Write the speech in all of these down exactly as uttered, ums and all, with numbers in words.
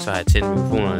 Så har jeg tændt mikrofonerne.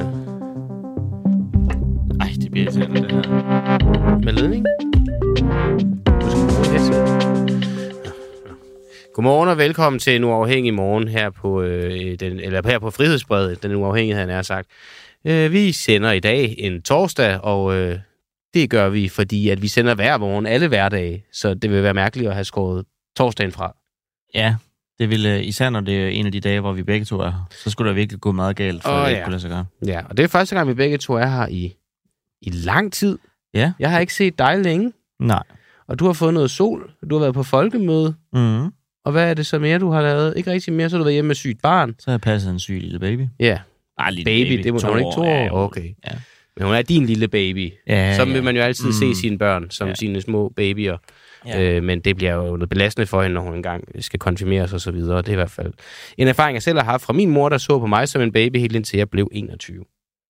Ej, det bliver irriterende, det her. Med ledning? Du skal bruge det. Godmorgen og velkommen til en uafhængig morgen her på, øh, den, eller her på Frihedsbredet, den uafhængighed, han har sagt. Øh, vi sender i dag en torsdag, og øh, det gør vi, fordi at vi sender hver morgen, alle hverdage, så det vil være mærkeligt at have skåret torsdagen fra. Ja, det vil især når det er en af de dage, hvor vi begge to er her. Så skulle der virkelig gå meget galt, for oh, at det ja. ikke kunne lade sig gøre. Ja, og det er første gang, vi begge to er her i, i lang tid. Ja. Jeg har ikke set dig længe. Nej. Og du har fået noget sol. Du har været på folkemøde. Mhm. Og hvad er det så mere, du har lavet? Ikke rigtig mere, så har du været hjemme med sygt barn. Så har jeg passet en syg lille baby. Ja. Ah, lille baby, baby. det må hun ikke to år. Ja, okay. Ja. Men hun er din lille baby. Ja, Så vil ja. man jo altid mm. se sine børn som ja. sine små babyer. Ja. Øh, men det bliver jo noget belastende for hende, når hun engang skal konfirmeres og så videre. Det er i hvert fald en erfaring, jeg selv har haft fra min mor, der så på mig som en baby, helt indtil jeg blev enogtyve.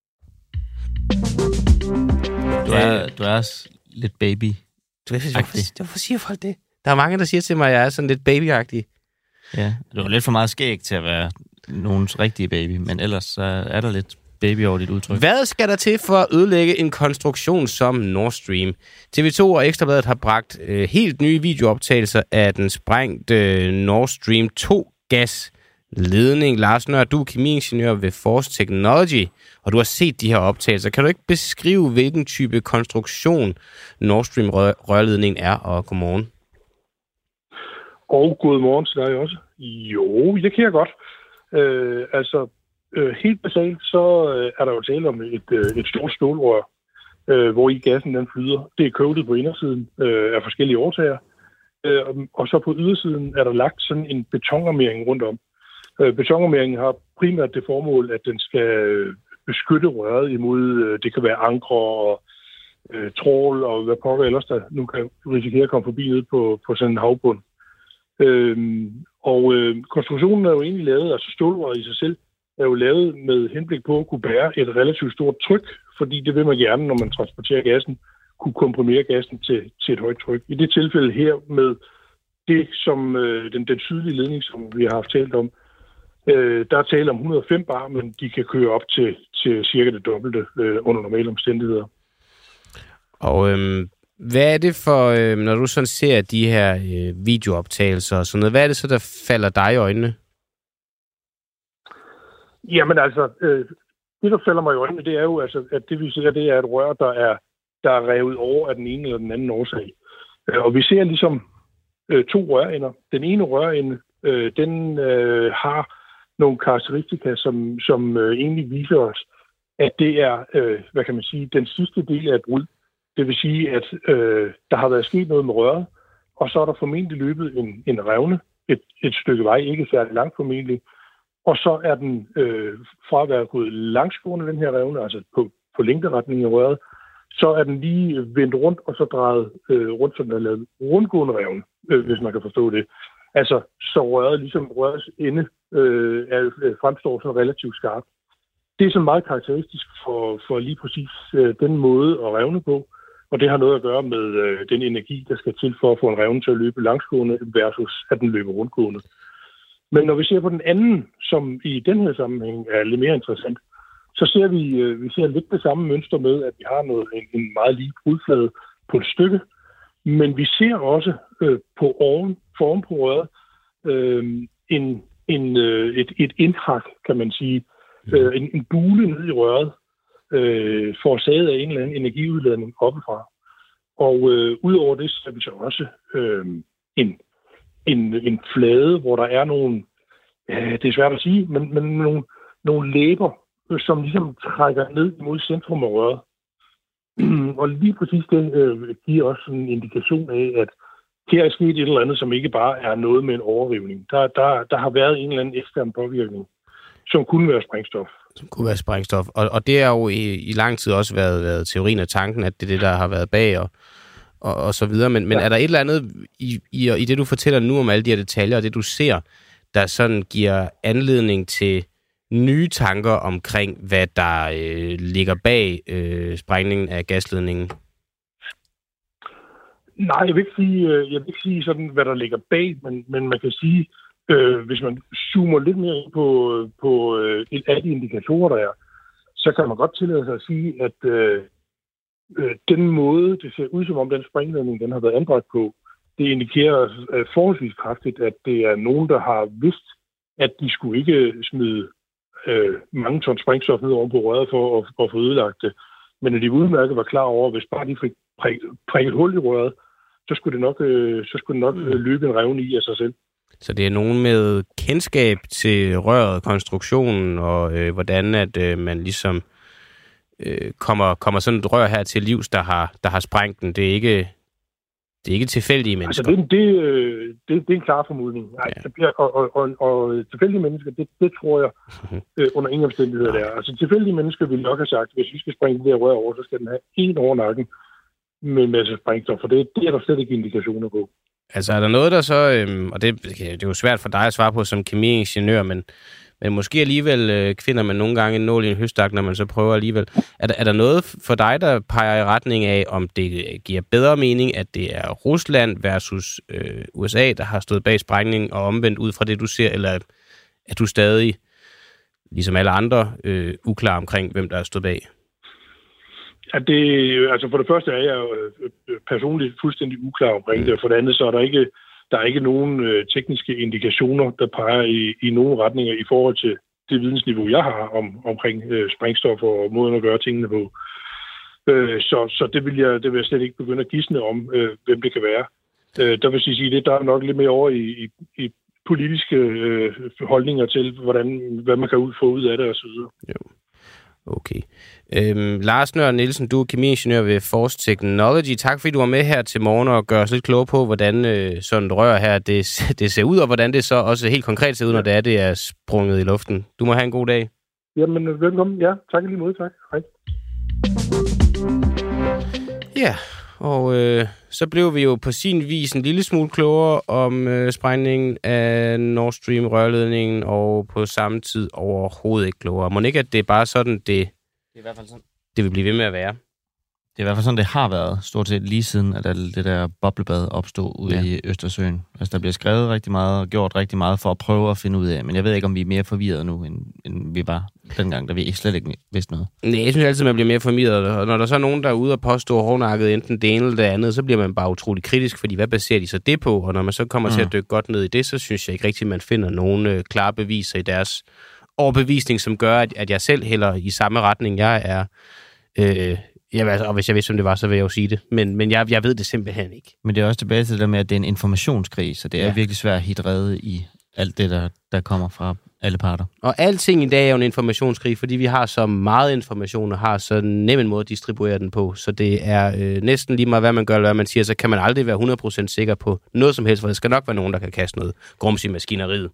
Du er, du er også lidt baby. Du ved, hvorfor, hvorfor siger folk det? Der er mange, der siger til mig, at jeg er sådan lidt babyagtig. Ja, du er lidt for meget skæg til at være nogens rigtige baby, men ellers så er der lidt baby over dit udtryk. Hvad skal der til for at ødelægge en konstruktion som Nord Stream? T V to og Ekstra Bladet har bragt øh, helt nye videooptagelser af den sprængte øh, Nord Stream to gasledning. Lars Nør, du er kemiingeniør ved Force Technology, og du har set de her optagelser. Kan du ikke beskrive, hvilken type konstruktion Nord Stream rørledningen er, og godmorgen? Og god morgen til dig også. Jo, det kan jeg godt. Øh, altså, øh, helt basalt, så øh, er der jo tale om et, øh, et stort stålrør, øh, hvor i gassen den flyder. Det er coated på indersiden øh, af forskellige årsager. Øh, og så på ydersiden er der lagt sådan en betonarmering rundt om. Øh, betonarmeringen har primært det formål, at den skal beskytte røret imod, øh, det kan være ankre og øh, trål og hvad pokker ellers, der nu kan risikere at komme forbi ned på, på sådan en havbund. Øhm, og øh, konstruktionen er jo egentlig lavet, altså stålrøret i sig selv, er jo lavet med henblik på at kunne bære et relativt stort tryk, fordi det vil man gerne, når man transporterer gassen, kunne komprimere gassen til, til et højt tryk. I det tilfælde her med det, som øh, den, den sydlige ledning, som vi har haft talt om, øh, der er tale om et hundrede og fem bar, men de kan køre op til, til cirka det dobbelte øh, under normale omstændigheder. Og øhm hvad er det for, øh, når du sådan ser de her øh, videooptagelser og sådan noget, hvad er det så, der falder dig i øjnene? Jamen altså, øh, det der falder mig i øjnene, det er jo, altså, at det vi ser, det er et rør, der er, der er revet over af den ene eller den anden årsag. Øh, og vi ser ligesom øh, to rørender. Den ene rørende, øh, den øh, har nogle karakteristika, som, som øh, egentlig viser os, at det er, øh, hvad kan man sige, den sidste del af et brud. Det vil sige, at øh, der har været sket noget med røret, og så er der formentlig løbet en, en revne, et, et stykke vej, ikke særlig langt formentlig, og så er den øh, fra at være gået langsgående, den her revne, altså på, på længderetningen af røret, så er den lige vendt rundt, og så drejet øh, rundt, så den er lavet rundgående revne, øh, hvis man kan forstå det. Altså, så røret, ligesom rørets ende, øh, er, fremstår så relativt skarpt. Det er så meget karakteristisk for, for lige præcis øh, den måde at revne på, og det har noget at gøre med øh, den energi, der skal til for at få en revne til at løbe langsgående versus at den løber rundgående. Men når vi ser på den anden, som i den her sammenhæng er lidt mere interessant, så ser vi, øh, vi ser lidt det samme mønster med, at vi har noget, en, en meget lige brudflade på et stykke, men vi ser også øh, på oven, foran på røret, øh, en, en, øh, et, et indhak, kan man sige, øh, en, en bule ned i røret, Øh, forårsaget af en eller anden energiudladning oppefra. Og øh, udover det, så er vi så også øh, en, en, en flade, hvor der er nogle, øh, det er svært at sige, men, men nogle, nogle læber, øh, som ligesom trækker ned mod centrum af røret. Og lige præcis det øh, giver også en indikation af, at her er sket et eller andet, som ikke bare er noget med en overrivning. Der, der, der har været en eller anden ekstern påvirkning, som kunne være sprængstof. Som kunne være sprængstof. Og, og det har jo i, i lang tid også været, været teorien og tanken, at det er det, der har været bag og, og, og så videre. Men, men ja. Er der et eller andet i, i, i det, du fortæller nu om alle de her detaljer, og det, du ser, der sådan giver anledning til nye tanker omkring, hvad der øh, ligger bag øh, sprængningen af gasledningen? Nej, jeg vil ikke sige, jeg vil ikke sige sådan, hvad der ligger bag, men, men man kan sige, Øh, hvis man zoomer lidt mere ind på, på øh, et af de indikatorer, der er, så kan man godt tillade sig at sige, at øh, øh, den måde, det ser ud som om den sprængladning, den har været anbragt på, det indikerer øh, forholdsvis kraftigt, at det er nogen, der har vidst, at de skulle ikke smide øh, mange ton sprængstof ned oven på røret for at, at få ødelagt det. Men at de udmærket var klar over, at hvis bare de fik prikket prik et hul i røret, så skulle det nok, øh, så skulle det nok øh, løbe en revne i af sig selv. Så det er nogen med kendskab til røret, konstruktionen, og øh, hvordan at øh, man ligesom øh, kommer, kommer sådan et rør her til livs, der har, der har sprængt den. Det er ikke, det er ikke tilfældige mennesker. Altså, det, det, det, det er en klar formodning. Ja. Og, og, og, og tilfældige mennesker, det, det tror jeg øh, under ingen omstændigheder der. Altså, tilfældige mennesker ville nok have sagt, hvis vi skal springe det her rør over, så skal den have en over nakken med en masse sprængstof, for det, det er der slet ikke indikationer på. Altså er der noget, der så, øhm, og det, det er jo svært for dig at svare på som kemiingeniør, men, men måske alligevel øh, finder man nogle gange en nål i en høstak, når man så prøver alligevel. Er der, er der noget for dig, der peger i retning af, om det giver bedre mening, at det er Rusland versus øh, U S A, der har stået bag sprængningen, og omvendt ud fra det, du ser, eller er du stadig, ligesom alle andre, øh, uklar omkring, hvem der er stået bag? Ja, det, altså for det første er jeg jo personligt fuldstændig uklar omkring mm. det, og for det andet så er der ikke, der er ikke nogen øh, tekniske indikationer, der peger i, i nogen retninger i forhold til det vidensniveau, jeg har om, omkring øh, sprængstoffer og måden at gøre tingene på. Øh, så så det, vil jeg, det vil jeg slet ikke begynde at gisne om, øh, hvem det kan være. Øh, der vil jeg sige, det der er nok lidt mere over i, i, i politiske øh, holdninger til, hvordan, hvad man kan ud, få ud af det osv. Jo. Okay. Øhm, Lars Nørre Nielsen, du er kemiingeniør ved Force Technology. Tak fordi du var med her til morgen og gør os lidt klogere på, hvordan øh, sådan et rør her det, det ser ud, og hvordan det så også helt konkret ser ud, når det er, det er sprunget i luften. Du må have en god dag. Jamen, velkommen. Ja, tak lige måde. Tak. Hej. Ja, og øh, så blev vi jo på sin vis en lille smule klogere om øh, sprængningen af Nord Stream-rørledningen, og på samme tid overhovedet ikke klogere. Må ikke, at det er bare sådan, det, det, er i hvert fald sådan. Det vil blive ved med at være? Det er i hvert fald sådan, det har været, stort set lige siden, at det der boblebad opstod ude ja. i Østersøen. Altså, der bliver skrevet rigtig meget og gjort rigtig meget for at prøve at finde ud af, men jeg ved ikke, om vi er mere forvirret nu, end, end vi var dengang, da vi slet ikke vidste noget. Nej, jeg synes altid, man bliver mere forvirret, og når der så er nogen, der er ude og påstå hårdnakket enten det ene eller det andet, så bliver man bare utrolig kritisk, fordi hvad baserer de så det på? Og når man så kommer mm. til at dykke godt ned i det, så synes jeg ikke rigtigt, man finder nogen øh, klare beviser i deres overbevisning, som gør, at, at jeg selv hælder i samme retning, jeg er. Øh, Ja, altså, og hvis jeg vidste, om det var, så vil jeg jo sige det. Men, men jeg, jeg ved det simpelthen ikke. Men det er også tilbage til det der med, at det er en informationskrig, så det er ja. virkelig svært at hitte rede i alt det, der, der kommer fra alle parter. Og alting i dag er jo en informationskrig, fordi vi har så meget information og har så nem en måde at distribuere den på. Så det er øh, næsten lige meget, hvad man gør eller hvad man siger, så kan man aldrig være hundrede procent sikker på noget som helst, for der skal nok være nogen, der kan kaste noget grums i maskineriet.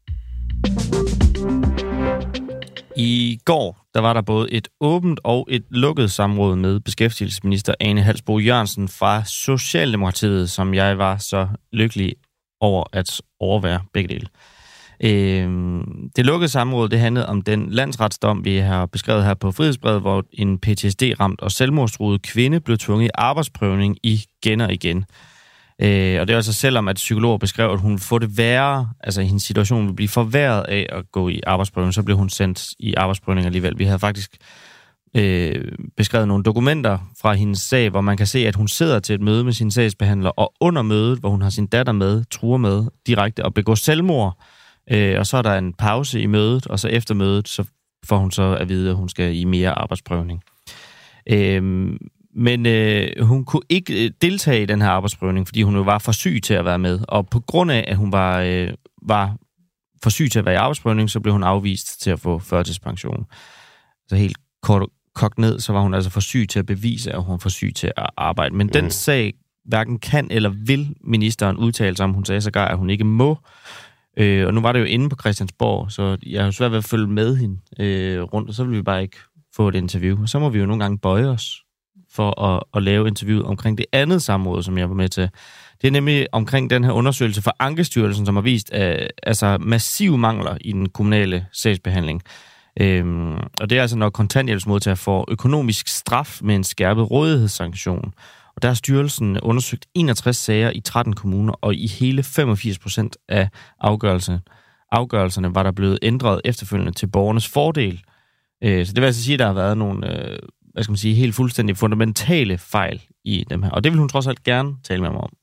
I går, der var der både et åbent og et lukket samråd med beskæftigelsesminister Ane Halsboe Jørgensen fra Socialdemokratiet, som jeg var så lykkelig over at overvære begge dele. Øhm, det lukkede samråd, det handlede om den landsretsdom, vi har beskrevet her på Frihedsbrevet, hvor en P T S D-ramt og selvmordstruet kvinde blev tvunget i arbejdsprøvning igen og igen. Øh, og det er altså selvom, at psykologer beskrev, at hun får det værre, altså hendes situation vil blive forværret af at gå i arbejdsprøvning, så blev hun sendt i arbejdsprøvning alligevel. Vi havde faktisk øh, beskrevet nogle dokumenter fra hendes sag, hvor man kan se, at hun sidder til et møde med sin sagsbehandler, og under mødet, hvor hun har sin datter med, truer med direkte at begå selvmord. Øh, og så er der en pause i mødet, og så efter mødet, så får hun så at vide, at hun skal i mere arbejdsprøvning. Øh, Men øh, hun kunne ikke øh, deltage i den her arbejdsprøvning, fordi hun jo var for syg til at være med. Og på grund af, at hun var, øh, var for syg til at være i arbejdsprøvning, så blev hun afvist til at få førtidspension. Så helt kort kogt ned, så var hun altså for syg til at bevise, at hun var for syg til at arbejde. Men mm. den sag hverken kan eller vil ministeren udtale sig om. Hun sagde sågar, at hun ikke må. Øh, og nu var det jo inde på Christiansborg, så jeg har svært ved at følge med hende øh, rundt, og så vil vi bare ikke få et interview. Og så må vi jo nogle gange bøje os for at, at lave interviewet omkring det andet samråd, som jeg var med til. Det er nemlig omkring den her undersøgelse fra Ankestyrelsen, som har vist uh, altså massive mangler i den kommunale sagsbehandling. Øhm, og det er altså, når kontanthjælpsmodtagere får økonomisk straf med en skærpet rådighedssanktion. Og der har styrelsen undersøgt enogtres sager i tretten kommuner, og i hele femogfirs procent af afgørelserne, afgørelserne var der blevet ændret efterfølgende til borgernes fordel. Så det vil altså sige, at der har været nogle hvad skal man sige, helt fuldstændig fundamentale fejl i dem her. Og det vil hun trods alt gerne tale med mig om.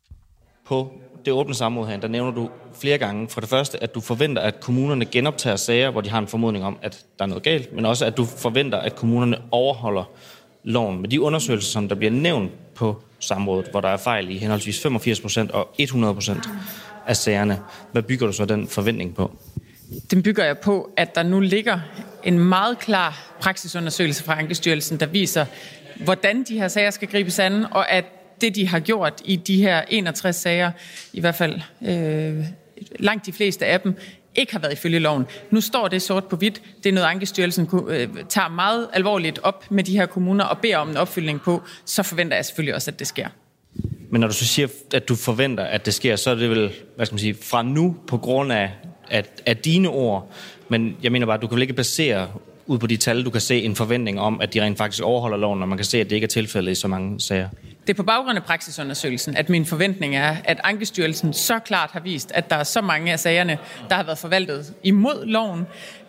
På det åbne samråd her, der nævner du flere gange for det første, at du forventer, at kommunerne genoptager sager, hvor de har en formodning om, at der er noget galt, men også, at du forventer, at kommunerne overholder loven. Med de undersøgelser, som der bliver nævnt på samrådet, hvor der er fejl i henholdsvis femogfirs procent og hundrede procent af sagerne, hvad bygger du så den forventning på? Den bygger jeg på, at der nu ligger en meget klar praksisundersøgelse fra Ankestyrelsen, der viser, hvordan de her sager skal gribes an, og at det, de har gjort i de her enogtres sager, i hvert fald øh, langt de fleste af dem, ikke har været ifølge loven. Nu står det sort på hvidt. Det er noget, Ankestyrelsen øh, tager meget alvorligt op med de her kommuner og beder om en opfølgning på. Så forventer jeg selvfølgelig også, at det sker. Men når du så siger, at du forventer, at det sker, så er det vel, hvad skal man sige, fra nu på grund af, at, af dine ord. Men jeg mener bare, at du kan vel ikke basere ud på de tal, du kan se en forventning om, at de rent faktisk overholder loven, når man kan se, at det ikke er tilfældet i så mange sager. Det er på baggrund af praksisundersøgelsen, at min forventning er, at Ankestyrelsen så klart har vist, at der er så mange af sagerne, der har været forvaltet imod loven.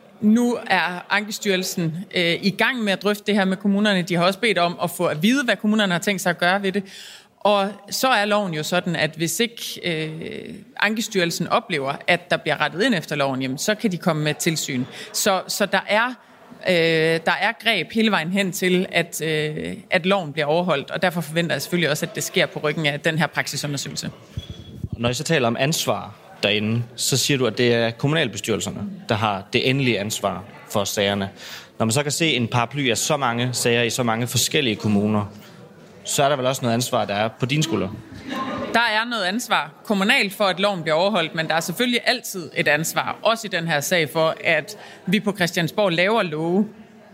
Nu er Ankestyrelsen øh, i gang med at drøfte det her med kommunerne. De har også bedt om at få at vide, hvad kommunerne har tænkt sig at gøre ved det. Og så er loven jo sådan, at hvis ikke øh, Ankestyrelsen oplever, at der bliver rettet ind efter loven, jamen, så kan de komme med tilsyn. Så, så der er øh, der er greb hele vejen hen til, at, øh, at loven bliver overholdt, og derfor forventer jeg selvfølgelig også, at det sker på ryggen af den her praksisundersøgelse. Når I så taler om ansvar derinde, så siger du, at det er kommunalbestyrelserne, der har det endelige ansvar for sagerne. Når man så kan se en paraply af så mange sager i så mange forskellige kommuner, så er der vel også noget ansvar, der er på dine skuldre? Der er noget ansvar kommunalt for, at loven bliver overholdt, men der er selvfølgelig altid et ansvar, også i den her sag, for at vi på Christiansborg laver love,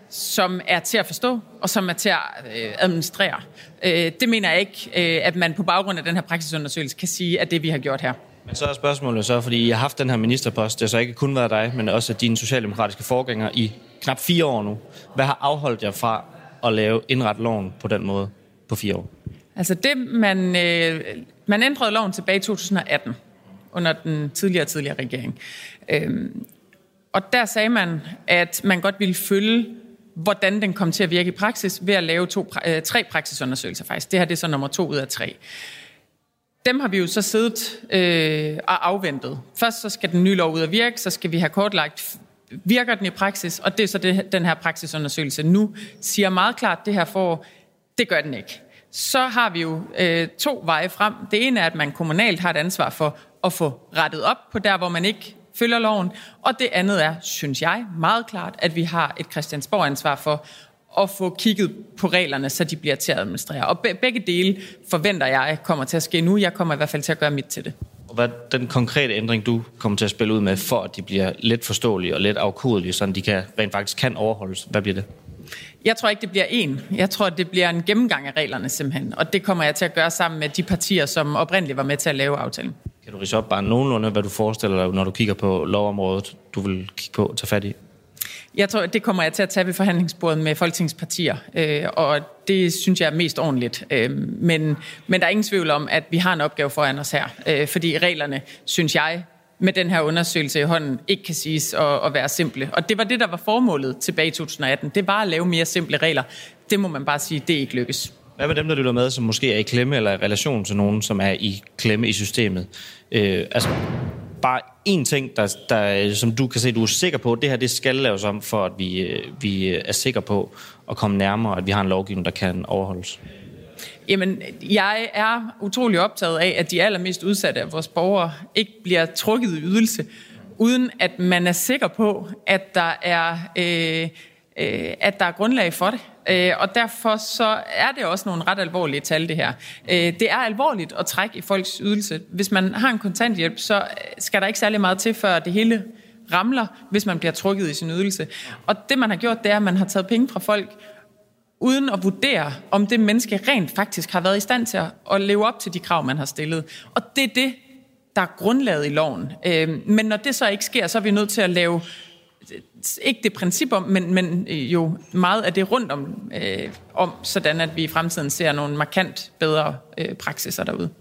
som er til at forstå, og som er til at øh, administrere. Øh, det mener jeg ikke, øh, at man på baggrund af den her praksisundersøgelse kan sige, at det vi har gjort her. Men så er spørgsmålet så, fordi I har haft den her ministerpost, det har så ikke kun været dig, men også dine socialdemokratiske forgængere i knap fire år nu. Hvad har afholdt jer fra at lave indret loven på den måde på fire år? Altså det, man, øh, man ændrede loven tilbage i to tusind og atten, under den tidligere tidligere regering. Øhm, og der sagde man, at man godt ville følge, hvordan den kom til at virke i praksis, ved at lave to, øh, tre praksisundersøgelser faktisk. Det her det er så nummer to ud af tre. Dem har vi jo så siddet øh, og afventet. Først så skal den nye lov ud at virke, så skal vi have kortlagt, virker den i praksis, og det er så det, den her praksisundersøgelse nu siger meget klart, det her får, det gør den ikke. Så har vi jo øh, to veje frem. Det ene er, at man kommunalt har et ansvar for at få rettet op på der, hvor man ikke følger loven. Og det andet er, synes jeg, meget klart, at vi har et Christiansborg-ansvar for at få kigget på reglerne, så de bliver til at administrere. Og begge dele forventer jeg kommer til at ske nu. Jeg kommer i hvert fald til at gøre mit til det. Og hvad den konkrete ændring, du kommer til at spille ud med, for at de bliver let forståelige og let afkodelige, så de kan, rent faktisk kan overholdes? Hvad bliver det? Jeg tror ikke, det bliver en. Jeg tror, det bliver en gennemgang af reglerne simpelthen. Og det kommer jeg til at gøre sammen med de partier, som oprindeligt var med til at lave aftalen. Kan du ridse op bare nogenlunde, hvad du forestiller dig, når du kigger på lovområdet, du vil kigge på og tage fat i? Jeg tror, det kommer jeg til at tage ved forhandlingsbordet med Folketingets partier, øh, og det synes jeg er mest ordentligt. Øh, men, men der er ingen tvivl om, at vi har en opgave foran os her, øh, fordi reglerne, synes jeg, med den her undersøgelse i hånden, ikke kan siges at, at være simple. Og det var det, der var formålet tilbage i to tusind og atten. Det var at lave mere simple regler. Det må man bare sige, det ikke lykkes. Hvad med dem, der lytter med, som måske er i klemme eller i relation til nogen, som er i klemme i systemet? Øh, altså, bare én ting, der, der, som du kan se, du er sikker på, det her det skal laves om, for at vi, vi er sikre på at komme nærmere, at vi har en lovgivning, der kan overholdes. Jamen, jeg er utrolig optaget af, at de allermest udsatte af vores borgere ikke bliver trukket i ydelse, uden at man er sikker på, at der er, øh, øh, at der er grundlag for det. Øh, og derfor så er det også nogle ret alvorlige tal, det her. Øh, det er alvorligt at trække i folks ydelse. Hvis man har en kontanthjælp, så skal der ikke særlig meget til, før det hele ramler, hvis man bliver trukket i sin ydelse. Og det, man har gjort, det er, at man har taget penge fra folk, uden at vurdere, om det menneske rent faktisk har været i stand til at leve op til de krav, man har stillet. Og det er det, der er grundlaget i loven. Men når det så ikke sker, så er vi nødt til at lave ikke det princip om, men, men jo meget af det rundt om, øh, om, sådan at vi i fremtiden ser nogle markant bedre øh, praksiser derude.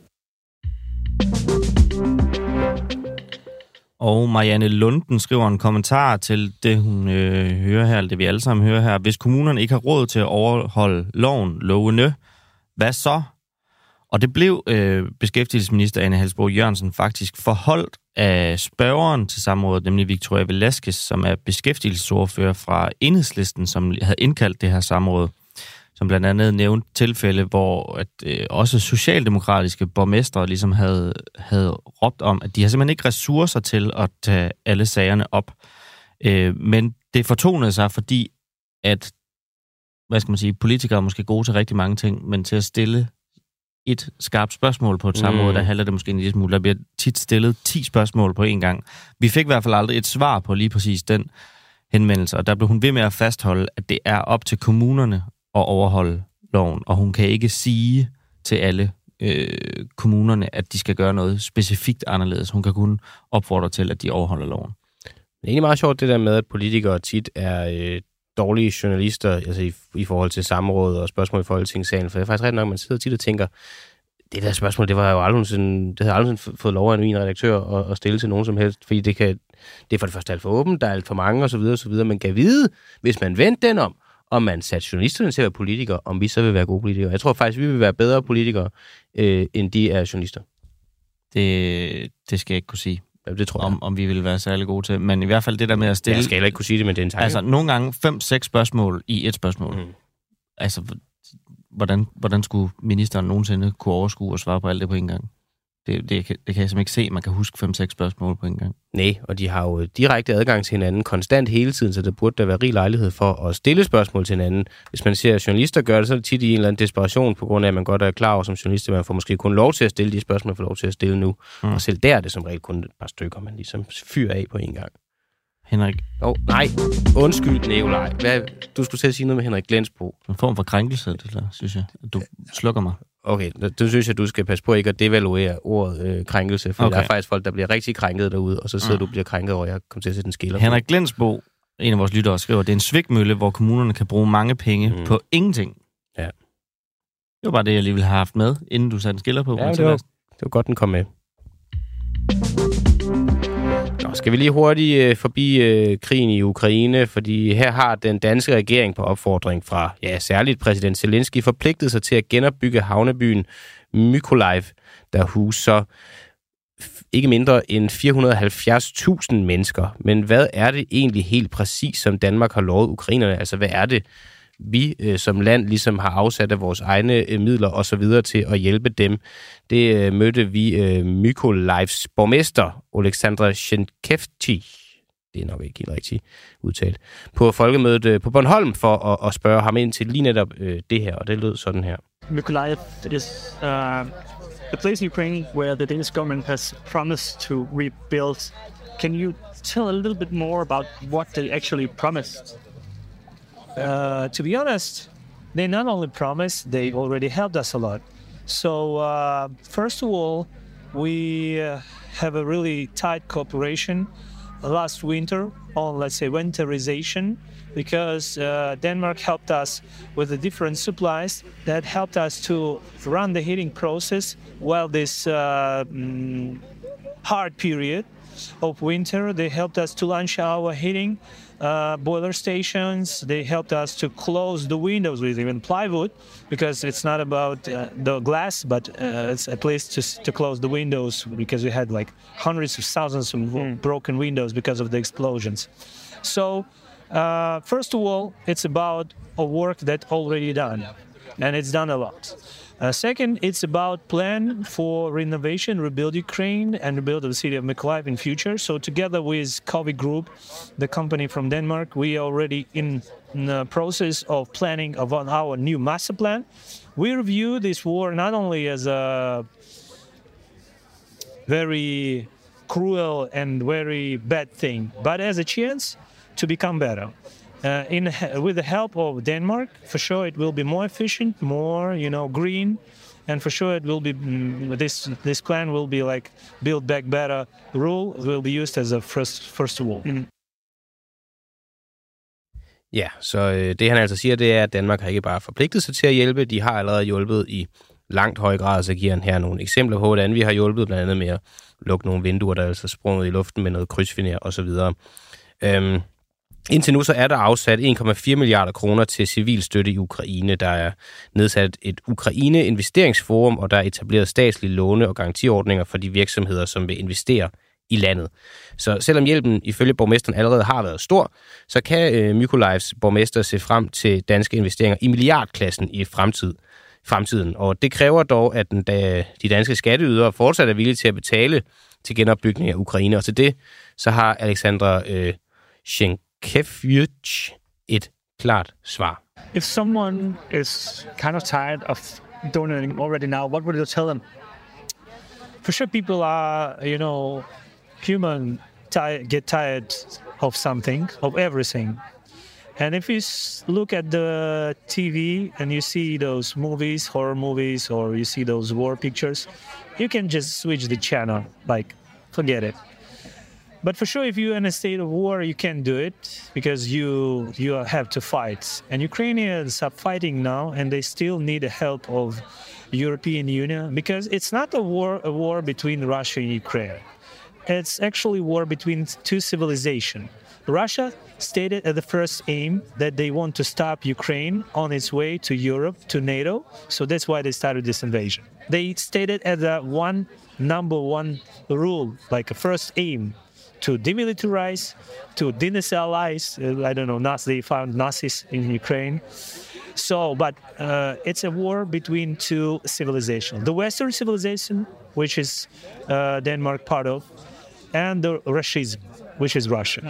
Og Marianne Lunden skriver en kommentar til det, hun øh, hører her, eller det vi alle sammen hører her. Hvis kommunerne ikke har råd til at overholde loven, lovene, hvad så? Og det blev øh, beskæftigelsesminister Ane Halsboe Jørgensen faktisk forholdt af spørgeren til samrådet, nemlig Victoria Velasquez, som er beskæftigelsesordfører fra Enhedslisten, som havde indkaldt det her samråd, som blandt andet nævnte tilfælde, hvor at, øh, også socialdemokratiske borgmestre ligesom havde, havde råbt om, at de har simpelthen ikke ressourcer til at tage alle sagerne op. Øh, men det fortonede sig, fordi at, hvad skal man sige, politikere er måske gode til rigtig mange ting, men til at stille et skarpt spørgsmål på et samråd, mm. der handler det måske en lille smule. Der bliver tit stillet ti spørgsmål på én gang. Vi fik i hvert fald aldrig et svar på lige præcis den henvendelse, og der blev hun ved med at fastholde, at det er op til kommunerne at overholde loven, og hun kan ikke sige til alle øh, kommunerne, at de skal gøre noget specifikt anderledes. Hun kan kun opfordre til, at de overholder loven. Det er egentlig meget sjovt det der med, at politikere tit er øh, dårlige journalister altså i, i forhold til samråd og spørgsmål i Folketingssalen, for det er faktisk ret nok, man sidder tit og tænker, det der spørgsmål, det var jo aldrig sådan, det havde aldrig sådan fået lov af en redaktør at, at stille til nogen som helst, fordi det, kan, det er for det første alt for åbent, der er alt for mange osv. osv. Man kan vide, hvis man vendte den om, om man satte journalisterne til at være politikere, om vi så vil være gode politikere. Jeg tror faktisk, vi vil være bedre politikere, øh, end de er journalister. Det, det skal jeg ikke kunne sige. Ja, det tror jeg. Om, om vi vil være særlig gode til. Men i hvert fald det der med at stille... Jeg skal heller ikke kunne sige det, men det er en tanke. Altså, nogle gange fem-seks spørgsmål i et spørgsmål. Mm. Altså, hvordan, hvordan skulle ministeren nogensinde kunne overskue og svare på alt det på en gang? Det, det, det kan jeg simpelthen ikke se, at man kan huske fem-seks spørgsmål på en gang. Nej, og de har jo direkte adgang til hinanden konstant hele tiden, så der burde der være rig lejlighed for at stille spørgsmål til hinanden. Hvis man ser journalister gøre det, så er det tit i en eller anden desperation, på grund af, at man godt er klar over som journalist, at man får måske kun lov til at stille de spørgsmål, man får lov til at stille nu. Mm. Og selv der er det som regel kun et par stykker, man ligesom fyrer af på en gang. Henrik? Åh, oh, nej. Undskyld, Nikolaj. Hvad? Du skulle til at sige noget med Henrik Glensbo. En form for krænkelse, det der, synes jeg. Du slukker mig. Okay, det synes jeg, du skal passe på ikke at devaluere ordet øh, krænkelse, for okay. Der er faktisk folk, der bliver rigtig krænket derude, og så sidder mm. du og bliver krænket over, at jeg kommer til at sætte en skiller. Henrik Glensbo, en af vores lyttere, skriver, at det er en svigtmølle, hvor kommunerne kan bruge mange penge mm. på ingenting. Ja. Det var bare det, jeg lige ville have haft med, inden du satte en skiller på. Ja, det var, det var godt, den kom med. Nå, skal vi lige hurtigt øh, forbi øh, krigen i Ukraine, fordi her har den danske regering på opfordring fra, ja, særligt præsident Zelensky forpligtet sig til at genopbygge havnebyen Mykolaiv, der huser ikke mindre end fire hundrede og halvfjerds tusind mennesker. Men hvad er det egentlig helt præcis, som Danmark har lovet ukrainerne? Altså, hvad er det, vi øh, som land ligesom har afsat af vores egne øh, midler og så videre til at hjælpe dem? Det øh, mødte vi øh, Mykolaivs borgmester, Oleksandr Shenkevchi, det er nok ikke helt rigtigt udtalt, på folkemødet øh, på Bornholm for at, at spørge ham ind til lige netop øh, det her, og det lød sådan her. Mykolaiv is uh, the place in Ukraine where the Danish government has promised to rebuild. Can you tell a little bit more about what they actually promised? Uh, to be honest, they not only promised, they already helped us a lot. So, uh, first of all, we uh, have a really tight cooperation last winter on, let's say, winterization, because uh, Denmark helped us with the different supplies that helped us to run the heating process while this uh, mm, hard period of winter. They helped us to launch our heating Uh, boiler stations. They helped us to close the windows with even plywood, because it's not about uh, the glass, but uh, it's a place to, to close the windows, because we had like hundreds of thousands of mm. broken windows because of the explosions. So, uh, first of all, it's about a work that's already done, and it's done a lot. Uh, second, it's about plan for renovation, rebuild Ukraine, and rebuild the city of Mykolaiv in future. So together with Kovi Group, the company from Denmark, we are already in, in the process of planning of our new master plan. We review this war not only as a very cruel and very bad thing, but as a chance to become better. Uh, in with the help of Denmark, for sure it will be more efficient, more you know green, and for sure it will be mm, this this plan will be like Build Back Better rule will be used as a first first of all. Mm-hmm. Ja, så øh, det han altså siger, det er, at Danmark har ikke bare forpligtet sig til at hjælpe, de har allerede hjulpet i langt høj grad, så giver han her nogle eksempler på, hvordan vi har hjulpet, blandt andet med at lukke nogle vinduer, der er altså sprunget i luften med noget krydsfiner osv. Øhm, indtil nu så er der afsat en komma fire milliarder kroner til civil støtte i Ukraine. Der er nedsat et Ukraine-investeringsforum, og der er etableret statslige låne- og garantiordninger for de virksomheder, som vil investere i landet. Så selvom hjælpen ifølge borgmesteren allerede har været stor, så kan øh, Mykolajivs borgmester se frem til danske investeringer i milliardklassen i fremtid, fremtiden. Og det kræver dog, at den, da, de danske skatteydere fortsat er villige til at betale til genopbygning af Ukraine. Og til det, så har Alexandra øh, Schenkevich et klart svar. If someone is kind of tired of donating already now, what would you tell them? For sure, people are, you know, human ti- get tired of something, of everything. And if you look at the T V and you see those movies, horror movies, or you see those war pictures, you can just switch the channel, like, forget it. But for sure, if you're in a state of war, you can't do it because you you have to fight. And Ukrainians are fighting now, and they still need the help of European Union because it's not a war a war between Russia and Ukraine. It's actually a war between two civilizations. Russia stated at the first aim that they want to stop Ukraine on its way to Europe, to NATO. So that's why they started this invasion. They stated as a one number one rule, like a first aim, to demilitarize, to denationalize. Uh, I don't know, Nazi, they found Nazis in Ukraine. So, but uh, it's a war between two civilizations. The Western civilization, which is uh, Denmark part of, and the Russianism, which is Russia.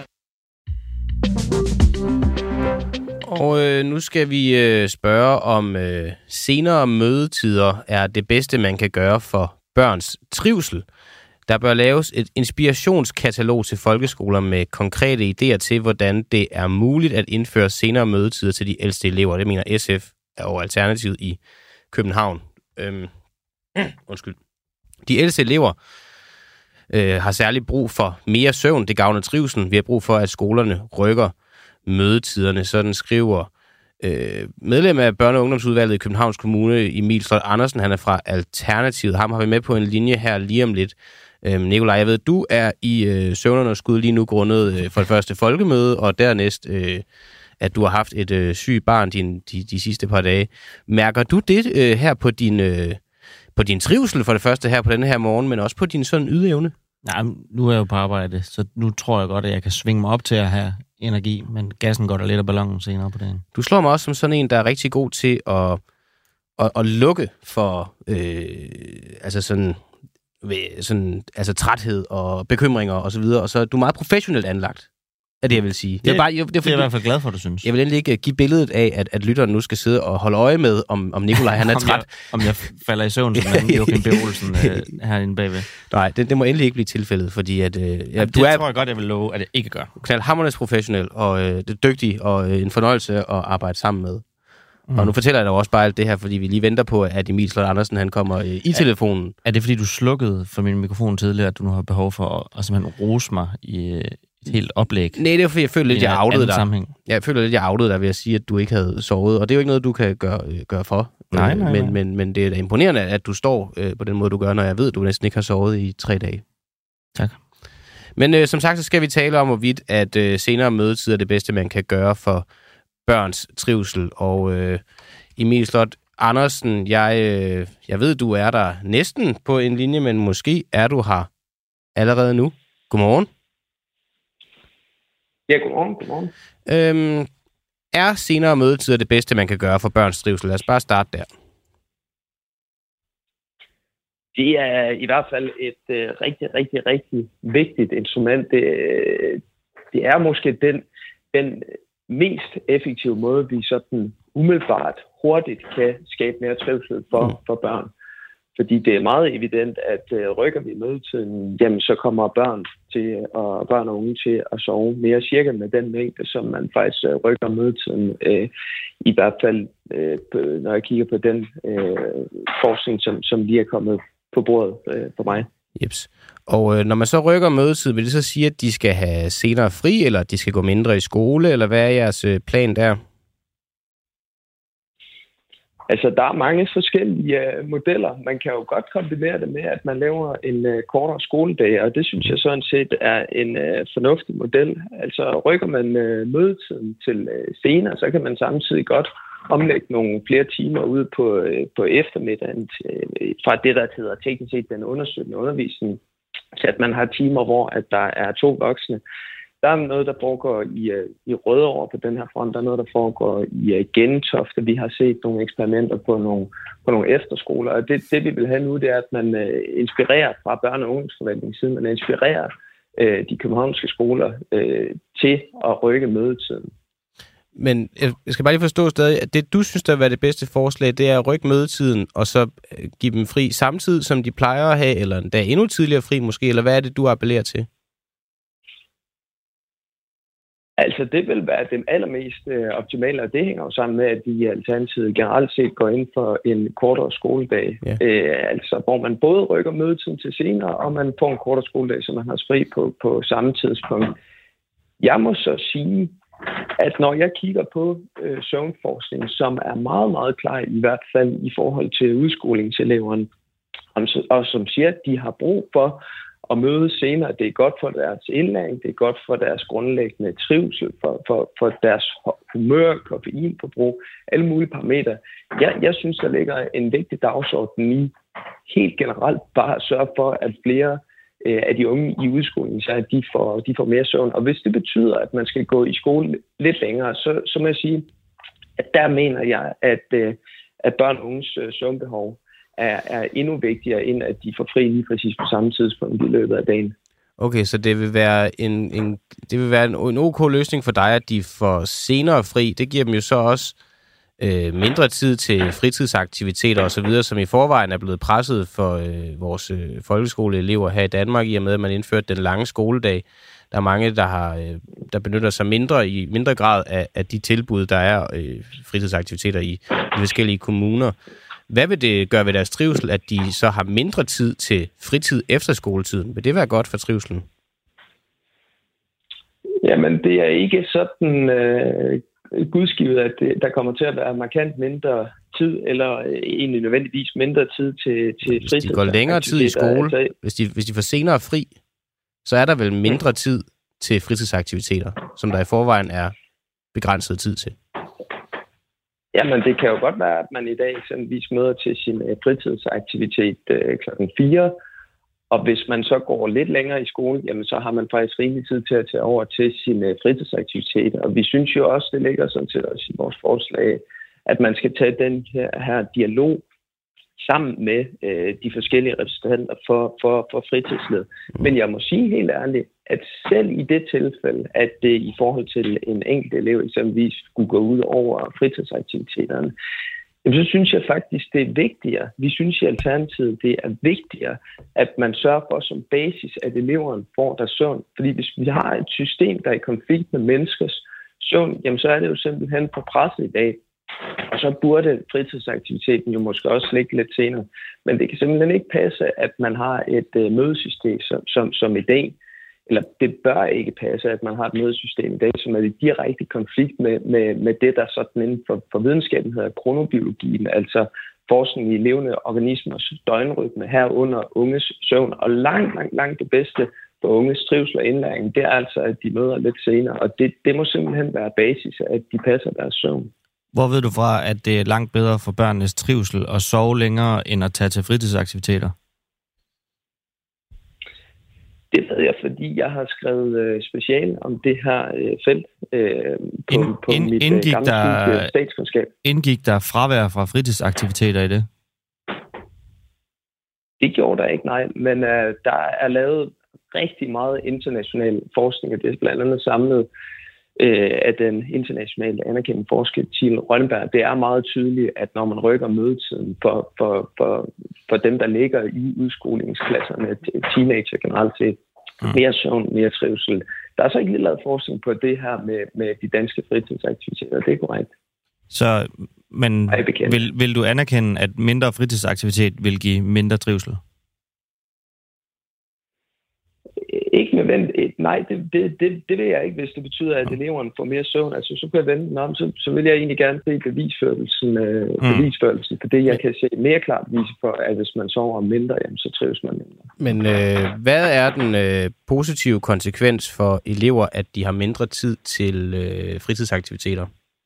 Og øh, nu skal vi øh, spørge om øh, senere mødetider er det bedste, man kan gøre for børns trivsel. Der bør laves et inspirationskatalog til folkeskoler med konkrete idéer til, hvordan det er muligt at indføre senere mødetider til de ældste elever. Det mener S F og Alternativet i København. Øhm, undskyld. De ældste elever øh, har særlig brug for mere søvn. Det gavner trivselen. Vi har brug for, at skolerne rykker mødetiderne. Sådan skriver øh, medlem af børne- og ungdomsudvalget i Københavns Kommune, Emil Slot Andersen. Han er fra Alternativet. Ham har vi med på en linje her lige om lidt. Øhm, Nikolaj, jeg ved, du er i øh, søvnunderskud lige nu grundet øh, for det første folkemøde, og dernæst, øh, at du har haft et øh, sygt barn din, de, de sidste par dage. Mærker du det øh, her på din, øh, på din trivsel for det første her på denne her morgen, men også på din sådan ydeevne? Nej, nu er jeg jo på arbejde, så nu tror jeg godt, at jeg kan svinge mig op til at have energi, men gassen går der lidt af ballonen senere på dagen. Du slår mig også som sådan en, der er rigtig god til at, at, at lukke for øh, altså sådan... ved sådan, altså træthed og bekymringer og så videre, og så er du meget professionelt anlagt, er det, jeg vil sige. Det, jeg, bare, jeg, det, det er jeg i hvert fald glad for, du synes. Jeg vil endelig ikke give billedet af, at, at lytteren nu skal sidde og holde øje med, om, om Nikolaj han er om træt. Jeg, om jeg falder i søvn, som en Joachim B. Olsen øh, herinde bagved. Nej, det, det må endelig ikke blive tilfældet, fordi at... Øh, ja, Jamen, du det er, tror jeg godt, jeg vil love, at jeg ikke gør. Knaldhammernes professionel, og øh, det er dygtig, og øh, en fornøjelse at arbejde sammen med. Mm. Og nu fortæller jeg dig også bare alt det her, fordi vi lige venter på, at Emil Slot Andersen han kommer øh, i telefonen. Er, er det, fordi du slukkede for min mikrofon tidligere, at du nu har behov for at, at simpelthen rose mig i øh, et helt oplæg? Nej, det er fordi, jeg føler lidt, jeg outede dig. Sammenhæng. Jeg føler lidt, jeg outede dig ved at sige, at du ikke havde sovet. Og det er jo ikke noget, du kan gøre, øh, gøre for. Nej, nej, men, nej. Men, men det er da imponerende, at du står øh, på den måde, du gør, når jeg ved, at du næsten ikke har sovet i tre dage. Tak. Men øh, som sagt, så skal vi tale om, hvorvidt at øh, senere mødetid er det bedste, man kan gøre for børns trivsel. Og øh, Emil Slot Andersen, jeg, øh, jeg ved, du er der næsten på en linje, men måske er du her allerede nu. Godmorgen. Ja, godmorgen. godmorgen. Øhm, er senere mødetider det bedste, man kan gøre for børns trivsel? Lad os bare starte der. Det er i hvert fald et øh, rigtig, rigtig, rigtig vigtigt instrument. Det, det er måske den, den mest effektive måde, vi sådan umiddelbart hurtigt kan skabe mere trivsel for, mm. for børn. Fordi det er meget evident, at øh, rykker vi mødetiden, jamen så kommer børn til og børn og unge til at sove mere cirka med den mængde, som man faktisk øh, rykker mødetiden. Øh, I hvert fald, øh, når jeg kigger på den øh, forskning, som, som lige er kommet på bordet øh, for mig. Jeps. Og øh, når man så rykker mødetid, vil det så sige, at de skal have senere fri, eller de skal gå mindre i skole, eller hvad er jeres øh, plan der? Altså, der er mange forskellige uh, modeller. Man kan jo godt kombinere det med, at man laver en uh, kortere skoledag, og det synes jeg sådan set er en uh, fornuftig model. Altså, rykker man uh, mødetiden til uh, senere, så kan man samtidig godt omlægge nogle flere timer ud på, uh, på eftermiddagen til, uh, fra det, der hedder teknisk set den understøttende undervisning, til at man har timer, hvor at der er to voksne. Der er noget, der foregår i, i Rødovre på den her front. Der er noget, der foregår i Gentofte. Vi har set nogle eksperimenter på nogle, på nogle efterskoler. Og det, det, vi vil have nu, det er, at man uh, inspirerer fra børne- og ungdomsforvaltningens side. Man inspirerer uh, de københavnske skoler uh, til at rykke mødetiden. Men jeg skal bare lige forstå stadig, at det, du synes, der vil være det bedste forslag, det er at rykke mødetiden, og så give dem fri samtidig, som de plejer at have, eller endda endnu tidligere fri måske, eller hvad er det, du appellerer til? Altså, det vil være det allermest øh, optimale, og det hænger jo sammen med, at vi i Alternativet generelt set går ind for en kortere skoledag. Ja. Øh, altså, hvor man både rykker mødetiden til senere, og man får en kortere skoledag, så man har fri på, på samme tidspunkt. Jeg må så sige, at når jeg kigger på øh, søvnforskning, som er meget, meget klar, i hvert fald i forhold til udskolingseleverne, og som siger, at de har brug for at møde senere. Det er godt for deres indlæring, det er godt for deres grundlæggende trivsel, for, for, for deres humør, koffeinforbrug, alle mulige parametre. Jeg, jeg synes, der ligger en vigtig dagsorden i helt generelt bare at sørge for, at flere øh, af de unge i udskoling, så at de får, de får mere søvn. Og hvis det betyder, at man skal gå i skole lidt længere, så, så må jeg sige, at der mener jeg, at, øh, at børn og unges øh, søvnbehov Er, er endnu vigtigere, end at de får fri lige præcis på samme tidspunkt i løbet af dagen. Okay, så det vil være en, en, det vil være en, en ok løsning for dig, at de får senere fri. Det giver dem jo så også øh, mindre tid til fritidsaktiviteter osv., som i forvejen er blevet presset for øh, vores øh, folkeskoleelever her i Danmark, i og med, at man indførte den lange skoledag. Der er mange, der, har, øh, der benytter sig mindre i mindre grad af, af de tilbud, der er øh, fritidsaktiviteter i de forskellige kommuner. Hvad vil det gøre ved deres trivsel, at de så har mindre tid til fritid efter skoletiden? Vil det være godt for trivselen? Jamen, det er ikke sådan øh, gudskivet, at det, der kommer til at være markant mindre tid, eller egentlig nødvendigvis mindre tid til, til fritid. Hvis de går længere tid i skole, altså, hvis, de, hvis de får senere fri, så er der vel mindre tid til fritidsaktiviteter, som der i forvejen er begrænset tid til. Jamen, det kan jo godt være, at man i dag eksempelvis møder til sin fritidsaktivitet øh, klokken fire, og hvis man så går lidt længere i skole, jamen så har man faktisk rimelig tid til at tage over til sin øh, fritidsaktivitet. Og vi synes jo også, det ligger sådan til os i vores forslag, at man skal tage den her, her dialog sammen med øh, de forskellige repræsentanter for, for, for fritidslivet. Men jeg må sige helt ærligt, at selv i det tilfælde, at det i forhold til en enkelt elev eksempelvis skulle gå ud over fritidsaktiviteterne, så synes jeg faktisk, det er vigtigere. Vi synes i Alternativet, det er vigtigere, at man sørger for som basis, at eleverne får deres søvn. Fordi hvis vi har et system, der er i konflikt med menneskers søvn, jamen så er det jo simpelthen for presset i dag. Og så burde fritidsaktiviteten jo måske også ligge lidt senere. Men det kan simpelthen ikke passe, at man har et øh, mødesystem som, som, som i dag. Eller det bør ikke passe, at man har et mødesystem i dag, som er i direkte konflikt med, med, med det, der sådan inden for, for videnskaben hedder kronobiologien, altså forskning i levende organismers døgnrytme herunder unges søvn. Og langt, langt, langt det bedste for unges trivsel og indlæring, det er altså, at de møder lidt senere. Og det, det må simpelthen være basis, at de passer deres søvn. Hvor ved du fra, at det er langt bedre for børnenes trivsel at sove længere, end at tage til fritidsaktiviteter? Det ved jeg, fordi jeg har skrevet øh, special om det her øh, felt øh, på, ind, på ind, mit indgik gamle der, statskundskab. Indgik der fravær fra fritidsaktiviteter i det? Det gjorde der ikke, nej. Men øh, der er lavet rigtig meget international forskning, og det er blandt andet samlet øh, af den internationale anerkendte forsker Thiel Rønneberg. Det er meget tydeligt, at når man rykker mødetiden for, for, for, for dem, der ligger i udskolingsklasserne, teenager generelt set, mere søvn, mere trivsel. Der er så ikke lige lavet forskning på det her med, med de danske fritidsaktiviteter. Det er korrekt. Så, men vil, vil du anerkende, at mindre fritidsaktivitet vil give mindre trivsel? Nej, det, det, det, det vil jeg ikke, hvis det betyder, at eleverne får mere søvn. Altså, så kan jeg vente den om, så, så vil jeg egentlig gerne se bevisførelsen, øh, mm. bevisførelsen for det, jeg kan se mere klart vise for, at hvis man sover mindre, jamen, så trives man mindre. Men øh, hvad er den øh, positive konsekvens for elever, at de har mindre tid til øh, fritidsaktiviteter?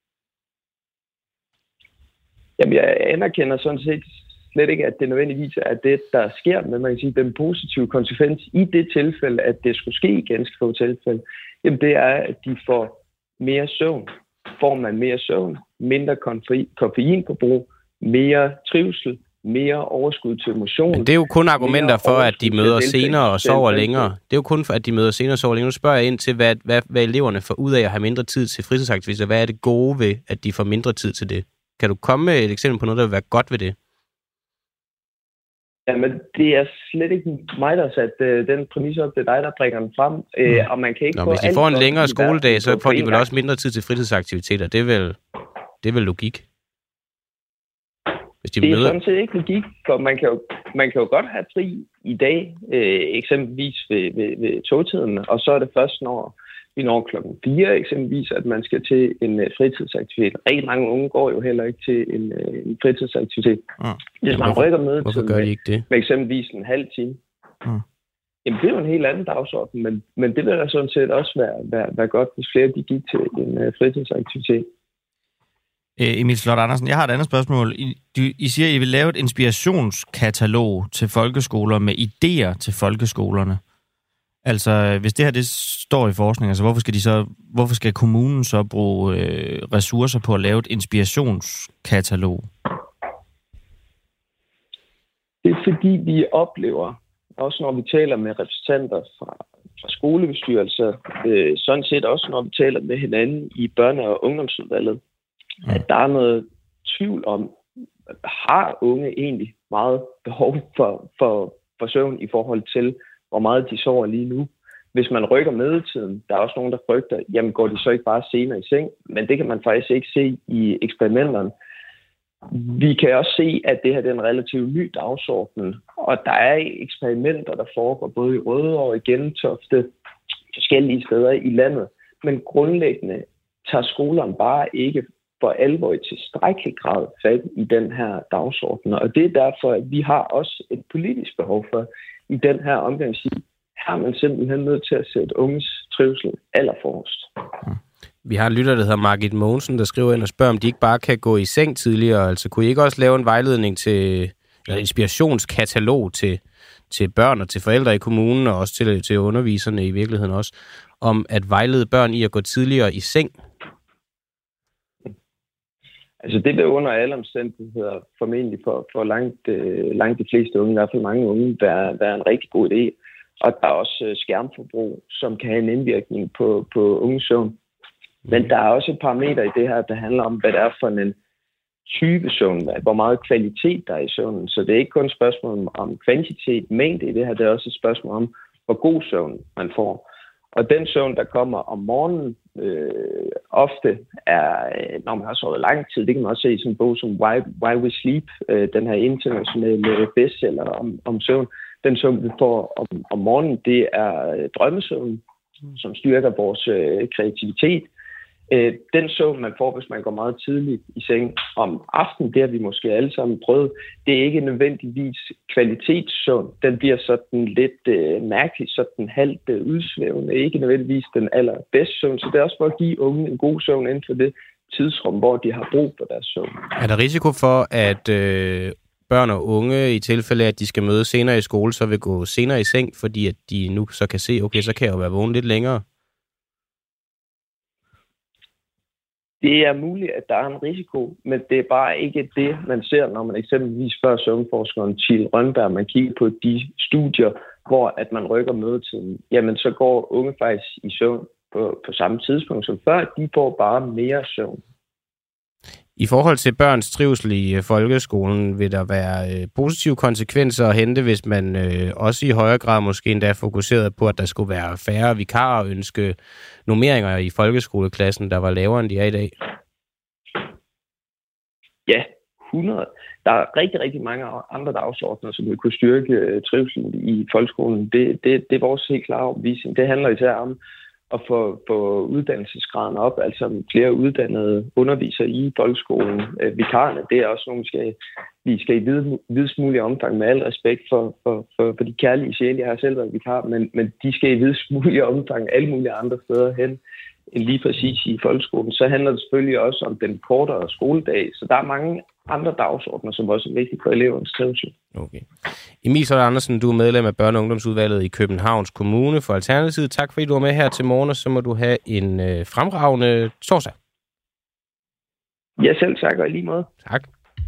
Jamen, jeg anerkender sådan set slet ikke, at det nødvendigvis er det, der sker, men man kan sige, at den positive konsekvens i det tilfælde, at det skulle ske i ganske få tilfælde, jamen det er, at de får mere søvn. Får man mere søvn, mindre koffeinforbrug, mere trivsel, mere overskud til emotion. Men det er jo kun argumenter for, at de møder senere og sover længere. Det er jo kun for, at de møder senere og sover længere. Nu spørger jeg ind til, hvad, hvad, hvad eleverne får ud af at have mindre tid til fritidsaktiviteter. Hvad er det gode ved, at de får mindre tid til det? Kan du komme med et eksempel på noget, der vil være godt ved det? Jamen, det er slet ikke mig, der har sat øh, den præmis op. Det er dig, der bringer den frem. Øh, og man kan ikke Nå, hvis de får en længere skoledag, så får de vel også mindre tid til fritidsaktiviteter. Det er vel, det er vel logik? Hvis de det er møder... sådan set ikke logik, for man kan jo, man kan jo godt have fri i dag, øh, eksempelvis ved, ved, ved togtiden, og så er det først, når vi når klokken fire eksempelvis, at man skal til en uh, fritidsaktivitet. Rigtig mange unge går jo heller ikke til en, uh, en fritidsaktivitet. Mm. Hvis man rykker med hvorfor gør de ikke det? Med, med eksempelvis en halv time. Mm. Jamen, det er jo en helt anden dagsorden, men, men det vil da sådan set også være, være, være godt, hvis flere de gik til en uh, fritidsaktivitet. Æ, Emil Slot Andersen, jeg har et andet spørgsmål. I, du, I siger, at I vil lave et inspirationskatalog til folkeskoler med idéer til folkeskolerne. Altså, hvis det her det står i forskning, altså hvorfor skal de så, hvorfor skal kommunen så bruge øh, ressourcer på at lave et inspirationskatalog? Det er fordi, vi oplever, også når vi taler med repræsentanter fra, fra skolebestyrelser, øh, sådan set også når vi taler med hinanden i børne- og ungdomsudvalget, mm. at der er noget tvivl om, har unge egentlig meget behov for, for, for søvn i forhold til, hvor meget de sover lige nu. Hvis man rykker mødetiden, der er også nogen, der frygter, jamen går de så ikke bare senere i seng? Men det kan man faktisk ikke se i eksperimenterne. Vi kan også se, at det her er en relativt ny dagsorden, og der er eksperimenter, der foregår både i Rødovre og i Gentofte, forskellige steder i landet. Men grundlæggende tager skolerne bare ikke for alvor i tilstrækkelig grad fat i den her dagsorden. Og det er derfor, at vi har også et politisk behov for i den her omgang at sige, her er man simpelthen nødt til at sætte unges trivsel allerforrest. Vi har en lytter, der hedder Margit Mogensen, der skriver ind og spørger, om de ikke bare kan gå i seng tidligere. Altså, kunne I ikke også lave en vejledning til, eller inspirationskatalog til, til børn og til forældre i kommunen, og også til, til underviserne i virkeligheden også, om at vejlede børn i at gå tidligere i seng? Altså det vil under alle omstændigheder formentlig for, for langt, øh, langt de fleste unge, i hvert fald mange unge, være, være en rigtig god idé. Og der er også øh, skærmforbrug, som kan have en indvirkning på, på unges søvn. Men der er også et parameter i det her, der handler om, hvad det er for en type søvn, hvor meget kvalitet der er i søvnen. Så det er ikke kun et spørgsmål om kvantitet, mængde i det her, det er også et spørgsmål om, hvor god søvn man får. Og den søvn, der kommer om morgenen, øh, ofte er, når man har sovet lang tid, det kan man også se i sådan en bog som Why, Why We Sleep, øh, den her internationale bestseller om, om søvn. Den søvn, vi får om, om morgenen, det er drømmesøvn, som styrker vores øh, kreativitet. Øh, den søvn, man får, hvis man går meget tidligt i seng om aftenen, det har vi måske alle sammen prøvet, det er ikke nødvendigvis kvalitetssøvn. Den bliver sådan lidt øh, mærkelig, sådan halvt øh, udsvævende, ikke nødvendigvis den allerbedste søvn. Så det er også for at give unge en god søvn inden for det tidsrum, hvor de har brug for deres søvn. Er der risiko for, at øh, børn og unge, i tilfælde af, at de skal møde senere i skole, så vil gå senere i seng, fordi at de nu så kan se, okay, så kan jeg jo være vågen lidt længere? Det er muligt, at der er en risiko, men det er bare ikke det, man ser, når man eksempelvis spørger søvnforskeren Thiel Rønberg, man kigger på de studier, hvor at man rykker mødetiden. Jamen, så går unge faktisk i søvn på, på samme tidspunkt som før. De får bare mere søvn. I forhold til børns trivsel i folkeskolen, vil der være øh, positive konsekvenser at hente, hvis man øh, også i højere grad måske endda fokuseret på, at der skulle være færre vikarer og ønske normeringer i folkeskoleklassen, der var lavere, end de er i dag? Ja, hundrede. Der er rigtig, rigtig mange andre dagsordner, som vil kunne styrke trivselen i folkeskolen. Det, det, det er vores helt klare overbevisning. Det handler især om at få, få uddannelsesgraden op, altså flere uddannede undervisere i folkeskolen. Vikarerne, det er også nogle, vi skal, vi skal i vid, videst mulig omfang, med al respekt for, for, for, for de kærlige sjæle. Jeg har selv været vikar, men, men de skal i videst mulig omfang alle mulige andre steder hen end lige præcis i folkeskolen. Så handler det selvfølgelig også om den kortere skoledag, så der er mange andre dagsordner, som også er vigtige for elevernes trivsel. Okay. Emil Slotte Andersen, du er medlem af Børne- og Ungdomsudvalget i Københavns Kommune for Alternativet. Tak fordi du var med her til morgen, og så må du have en øh, fremragende torsdag. Ja, selv tak, og i lige måde. Tak.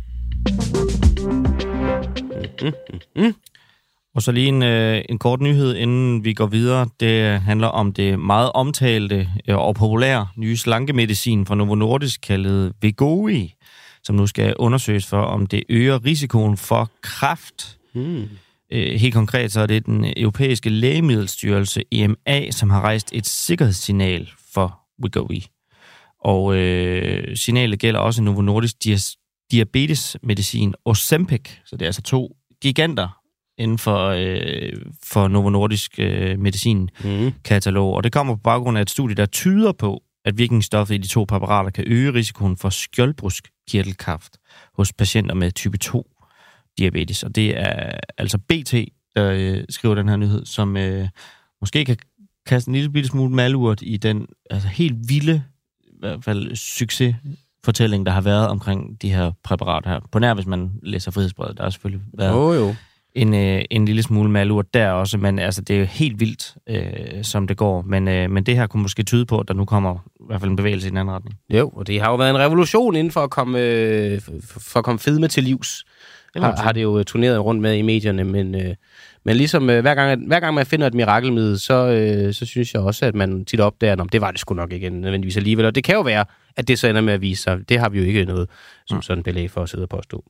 Mm, mm, mm. Og så lige en, øh, en kort nyhed, inden vi går videre. Det handler om det meget omtalte øh, og populære nye slankemedicin fra Novo Nordisk, kaldet Wegovy, som nu skal undersøges for, om det øger risikoen for kræft. Mm. Øh, helt konkret så er det den europæiske lægemiddelstyrelse E M A, som har rejst et sikkerhedssignal for Wegovy. Og øh, signalet gælder også Novo Nordisk dia- diabetesmedicin Ozempic, så det er altså to giganter inden for, øh, for Novo Nordisk øh, medicinkatalog. Mm. Og det kommer på baggrund af et studie, der tyder på, at virkningsstoffet i de to præparater kan øge risikoen for skjoldbruskkirtelkræft hos patienter med type to diabetes. Og det er altså B T, der øh, skriver den her nyhed, som øh, måske kan kaste en lille bitte smule malurt i den altså helt vilde i hvert fald succesfortælling, der har været omkring de her præparater her. På nær, hvis man læser Frihedsbrevet, der har selvfølgelig været oh, jo. En, øh, en lille smule malurt der også, men altså, det er jo helt vildt, øh, som det går. Men, øh, men det her kunne måske tyde på, at der nu kommer i hvert fald en bevægelse i den anden retning. Jo, og det har jo været en revolution inden for at komme, øh, for at komme fedme til livs. Har, har det jo turneret rundt med i medierne, men, øh, men ligesom øh, hver, gang, hver gang man finder et mirakelmiddel, så, øh, så synes jeg også, at man tit opdager, at det var det sgu nok ikke nødvendigvis alligevel. Og det kan jo være, at det så ender med at vise sig. Det har vi jo ikke noget som sådan belæg for at sidde og påstå.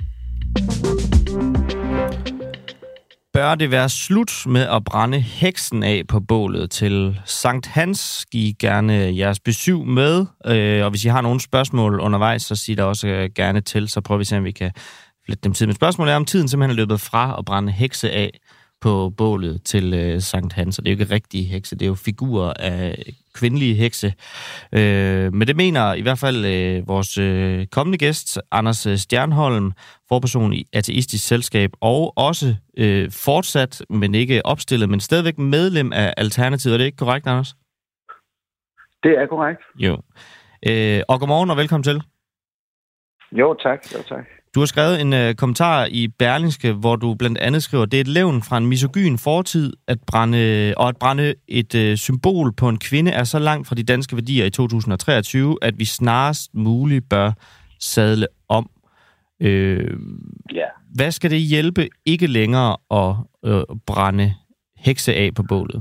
Bør det være slut med at brænde heksen af på bålet til Sankt Hans? Giv gerne jeres besøg med, øh, og hvis I har nogle spørgsmål undervejs, så sig der også øh, gerne til, så prøver vi at se, om vi kan flette dem tid. Men spørgsmålet er, om tiden simpelthen er løbet fra at brænde hekse af på bålet til øh, Sankt Hans. Og det er jo ikke rigtige hekse, det er jo figurer af kvindelige hekse. Øh, men det mener i hvert fald øh, vores øh, kommende gæst, Anders Stjernholm, forperson i Ateistisk Selskab, og også øh, fortsat, men ikke opstillet, men stadigvæk medlem af Alternativet. Er det ikke korrekt, Anders? Det er korrekt. Jo. Øh, og godmorgen og velkommen til. Jo, tak. Jo, tak. Du har skrevet en øh, kommentar i Berlingske, hvor du blandt andet skriver, det er et levn fra en misogyn fortid, at brænde, og at brænde et øh, symbol på en kvinde er så langt fra de danske værdier i to tusind og treogtyve, at vi snarest muligt bør sadle om. Øh, yeah. Hvad skal det hjælpe ikke længere at øh, brænde hekse af på bålet?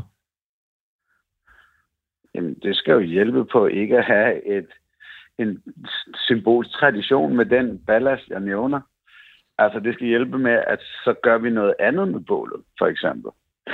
Jamen, det skal jo hjælpe på ikke at have et en symbolsk tradition med den ballast, jeg nævner. Altså, det skal hjælpe med, at så gør vi noget andet med bålet, for eksempel.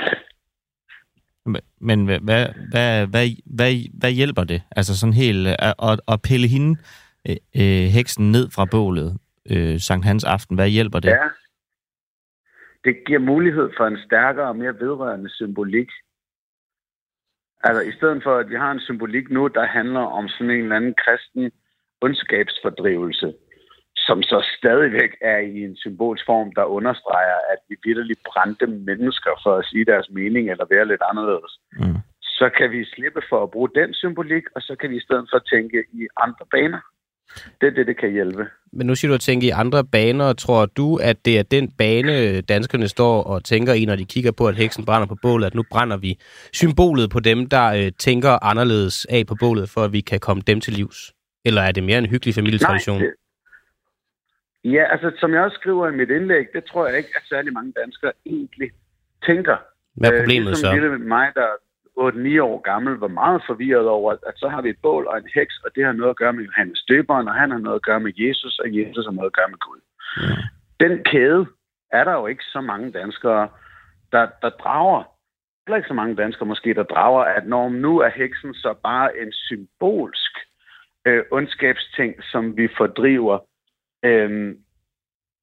Men, men hvad, hvad, hvad, hvad, hvad hjælper det? Altså sådan helt at, at pille hende, øh, heksen, ned fra bålet øh, Sankt Hans aften. Hvad hjælper det? Ja, det giver mulighed for en stærkere og mere vedrørende symbolik. Altså, i stedet for, at vi har en symbolik nu, der handler om sådan en eller anden kristen ondskabsfordrivelse, som så stadigvæk er i en symbolsk form, der understreger, at vi vitterligt brændte mennesker for at sige deres mening eller være lidt anderledes. Mm. Så kan vi slippe for at bruge den symbolik, og så kan vi i stedet for tænke i andre baner. Det er det, det kan hjælpe. Men nu siger du at tænke i andre baner. Tror du, at det er den bane, danskerne står og tænker i, når de kigger på, at heksen brænder på bålet, at nu brænder vi symbolet på dem, der øh, tænker anderledes af på bålet, for at vi kan komme dem til livs? Eller er det mere en hyggelig familietradition? Nej, det... Ja, altså som jeg også skriver i mit indlæg, det tror jeg ikke, at særlig mange danskere egentlig tænker. Hvad er problemet øh, ligesom så? Ligesom mig, der otte ni år gammel, var meget forvirret over, at så har vi et bål og en heks, og det har noget at gøre med Johannes Døberen, og han har noget at gøre med Jesus, og Jesus har noget at gøre med Gud. Ja. Den kæde er der jo ikke så mange danskere, der, der drager. Heller ikke så mange danskere måske, der drager, at når nu er heksen så bare en symbolsk øh, ondskabsting, som vi fordriver. Øh,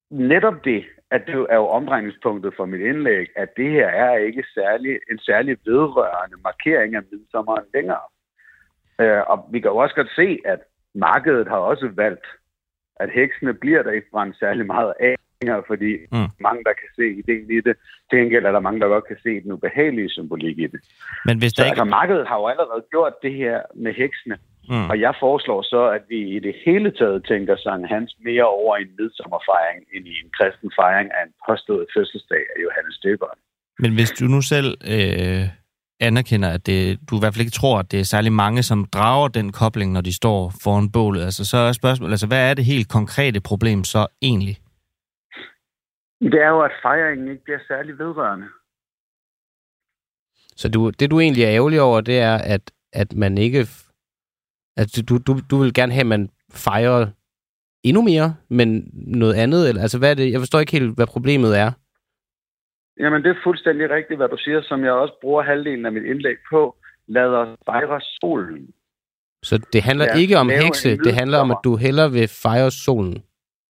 netop det, at det er jo omdrejningspunktet for mit indlæg, at det her er ikke særlig, en særlig vedrørende markering af midsommeren længere. Øh, og vi kan jo også godt se, at markedet har også valgt, at heksene bliver der ikke brændt særlig meget af, fordi mm. mange, der kan se ideen i det. Til gengæld er der mange, der godt kan se den ubehagelige symbolik i det. Men hvis der så ikke... altså, markedet har jo allerede gjort det her med heksene. Mm. Og jeg foreslår så, at vi i det hele taget tænker Sankt Hans mere over i en midsommerfejring, end i en kristen fejring af en påstået fødselsdag af Johannes Døberen. Men hvis du nu selv øh, anerkender, at det, du i hvert fald ikke tror, at det er særlig mange, som drager den kobling, når de står foran bålet, altså, så er spørgsmålet, altså, hvad er det helt konkrete problem så egentlig? Det er jo, at fejringen ikke bliver særlig vedrørende. Så du, det, du egentlig er ærgerlig over, det er, at, at man ikke... Altså, du, du, du vil gerne have, at man fejrer endnu mere, men noget andet? Eller, altså, hvad er det? Jeg forstår ikke helt, hvad problemet er. Jamen, det er fuldstændig rigtigt, hvad du siger, som jeg også bruger halvdelen af mit indlæg på. Lad os fejre solen. Så det handler ja, ikke om hekse, det handler om, at du hellere vil fejre solen?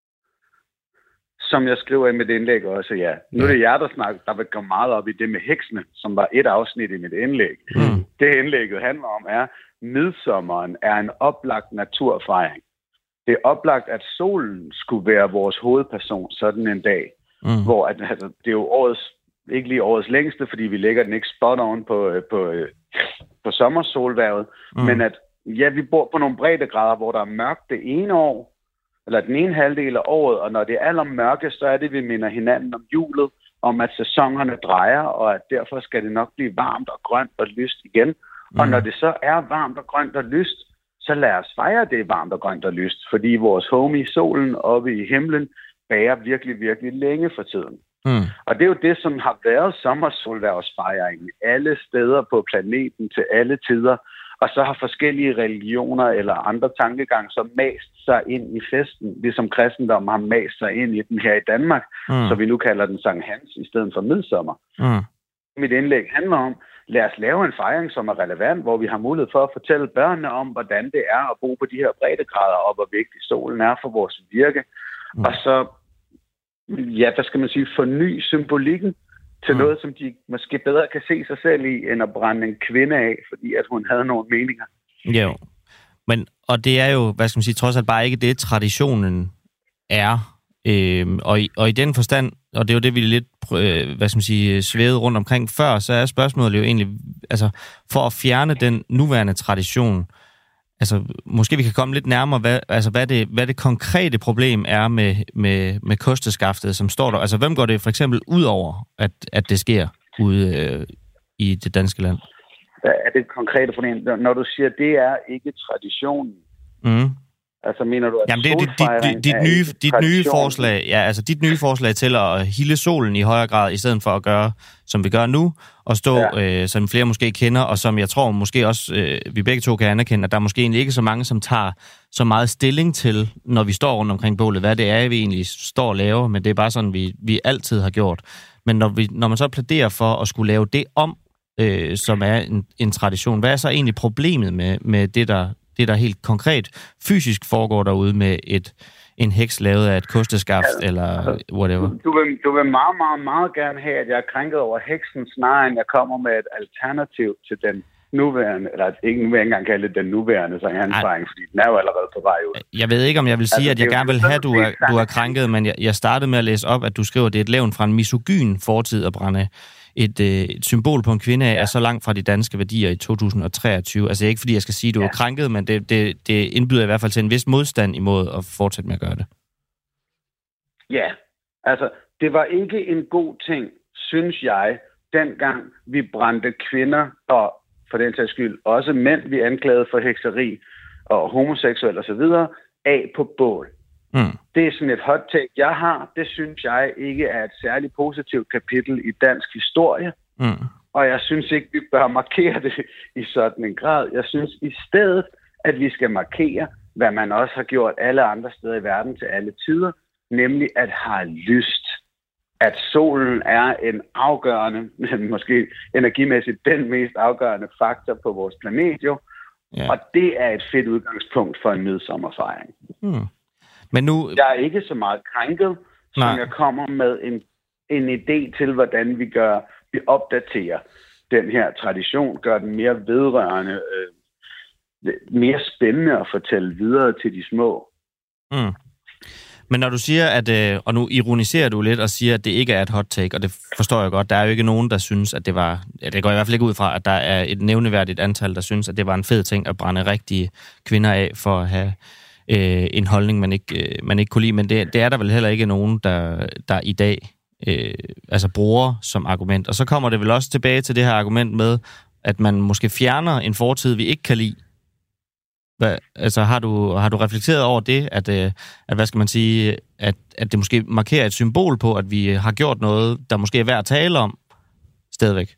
Som jeg skriver i mit indlæg også, ja. Nu er det jer, der snakker, der vil gå meget op i det med heksene, som var et afsnit i mit indlæg. Mm. Det indlægget handler om er, midsommeren er en oplagt naturfejring. Det er oplagt, at solen skulle være vores hovedperson sådan en dag, mm. hvor at, altså, det er jo årets, ikke lige årets længste, fordi vi lægger den ikke spot on på, på, på sommersolværvet, mm. men at ja, vi bor på nogle breddegrader, hvor der er mørkt det ene år, eller den ene halvdel af året, og når det er allermørkest, så er det, vi minder hinanden om julet, om at sæsonerne drejer, og at derfor skal det nok blive varmt og grønt og lyst igen. Mm. Og når det så er varmt og grønt og lyst, så lad os fejre det varmt og grønt og lyst, fordi vores homie solen oppe i himlen bærer virkelig, virkelig længe for tiden. Mm. Og det er jo det, som har været sommersolværvsfejringen alle steder på planeten til alle tider, og så har forskellige religioner eller andre tankegange så mast sig ind i festen, ligesom kristendommen har mast sig ind i den her i Danmark, mm. så vi nu kalder den Sankt Hans i stedet for midsommer. Mm. Mit indlæg handler om, lad os lave en fejring, som er relevant, hvor vi har mulighed for at fortælle børnene om, hvordan det er at bo på de her breddegrader, og hvor vigtig solen er for vores virke. Mm. Og så, ja, hvad skal man sige, forny symbolikken til mm. noget, som de måske bedre kan se sig selv i, end at brænde en kvinde af, fordi at hun havde nogle meninger. Jo, men, og det er jo, hvad skal man sige, trods alt bare ikke det, traditionen er. Øhm, og, i, og i den forstand, og det er jo det, vi lidt, øh, hvad skal man sige, svævede rundt omkring før, så er spørgsmålet jo egentlig, altså, for at fjerne den nuværende tradition, altså, måske vi kan komme lidt nærmere, hvad, altså, hvad, det, hvad det konkrete problem er med, med, med kosteskaftet, som står der. Altså, hvem går det for eksempel ud over, at, at det sker ude øh, i det danske land? Hvad er det konkrete problem? Når du siger, det er ikke traditionen, mm. altså mener du, at Jamen, det er dit, dit, dit, nye, dit nye forslag, ja, altså dit nye forslag til at hilde solen i højere grad, i stedet for at gøre, som vi gør nu, og stå, ja. øh, som flere måske kender, og som jeg tror måske også, øh, vi begge to kan anerkende, at der er måske egentlig ikke så mange, som tager så meget stilling til, når vi står rundt omkring bålet, hvad det er, vi egentlig står og laver, men det er bare sådan, vi, vi altid har gjort. Men når, vi, når man så plæderer for at skulle lave det om, øh, som er en, en tradition, hvad er så egentlig problemet med, med det, der det, der helt konkret fysisk foregår derude med et, en heks lavet af et kosteskaft, ja, eller whatever? Du vil, du vil meget, meget, meget gerne have, at jeg er krænket over heksen, snarere end jeg kommer med et alternativ til den nuværende, eller ikke nu vil jeg ikke engang kalde det den nuværende Sankt Hans-fejring, fordi den er jo allerede på vej ud. Jeg ved ikke, om jeg vil sige, altså, at jeg gerne vil have, at du er, du er krænket, men jeg, jeg startede med at læse op, at du skriver, at det er et levn fra en misogyn fortid at brænde Et, øh, et symbol på en kvinde af, ja. er så langt fra de danske værdier i to tusind og treogtyve. Altså ikke fordi jeg skal sige, at du ja. er krænket, men det, det, det indbyder i hvert fald til en vis modstand imod at fortsætte med at gøre det. Ja, altså det var ikke en god ting, synes jeg, dengang vi brændte kvinder, og for den sags skyld også mænd, vi anklagede for hekseri og homoseksuel osv., af på bål. Mm. Det er sådan et hot take, jeg har. Det synes jeg ikke er et særligt positivt kapitel i dansk historie. Mm. Og jeg synes ikke, vi bør markere det i sådan en grad. Jeg synes i stedet, at vi skal markere, hvad man også har gjort alle andre steder i verden til alle tider, nemlig at have lyst. At solen er en afgørende, måske energimæssigt den mest afgørende faktor på vores planet jo. Yeah. Og det er et fedt udgangspunkt for en midsommerfejring. Mm. Men nu... Jeg er ikke så meget krænket, Nej. Som jeg kommer med en, en idé til, hvordan vi gør, vi opdaterer den her tradition, gør den mere vedrørende, øh, mere spændende at fortælle videre til de små. Mm. Men når du siger, at, øh, og nu ironiserer du lidt og siger, at det ikke er et hot take, og det forstår jeg godt, der er jo ikke nogen, der synes, at det var, ja, det går i hvert fald ikke ud fra, at der er et nævneværdigt antal, der synes, at det var en fed ting at brænde rigtige kvinder af for at have øh, en holdning, man ikke, øh, man ikke kunne lide. Men det, det er der vel heller ikke nogen, der, der i dag øh, altså bruger som argument. Og så kommer det vel også tilbage til det her argument med, at man måske fjerner en fortid, vi ikke kan lide. Hvad, altså har du, har du reflekteret over det, at, at hvad skal man sige, at, at det måske markerer et symbol på, at vi har gjort noget, der måske er værd at tale om stadigvæk?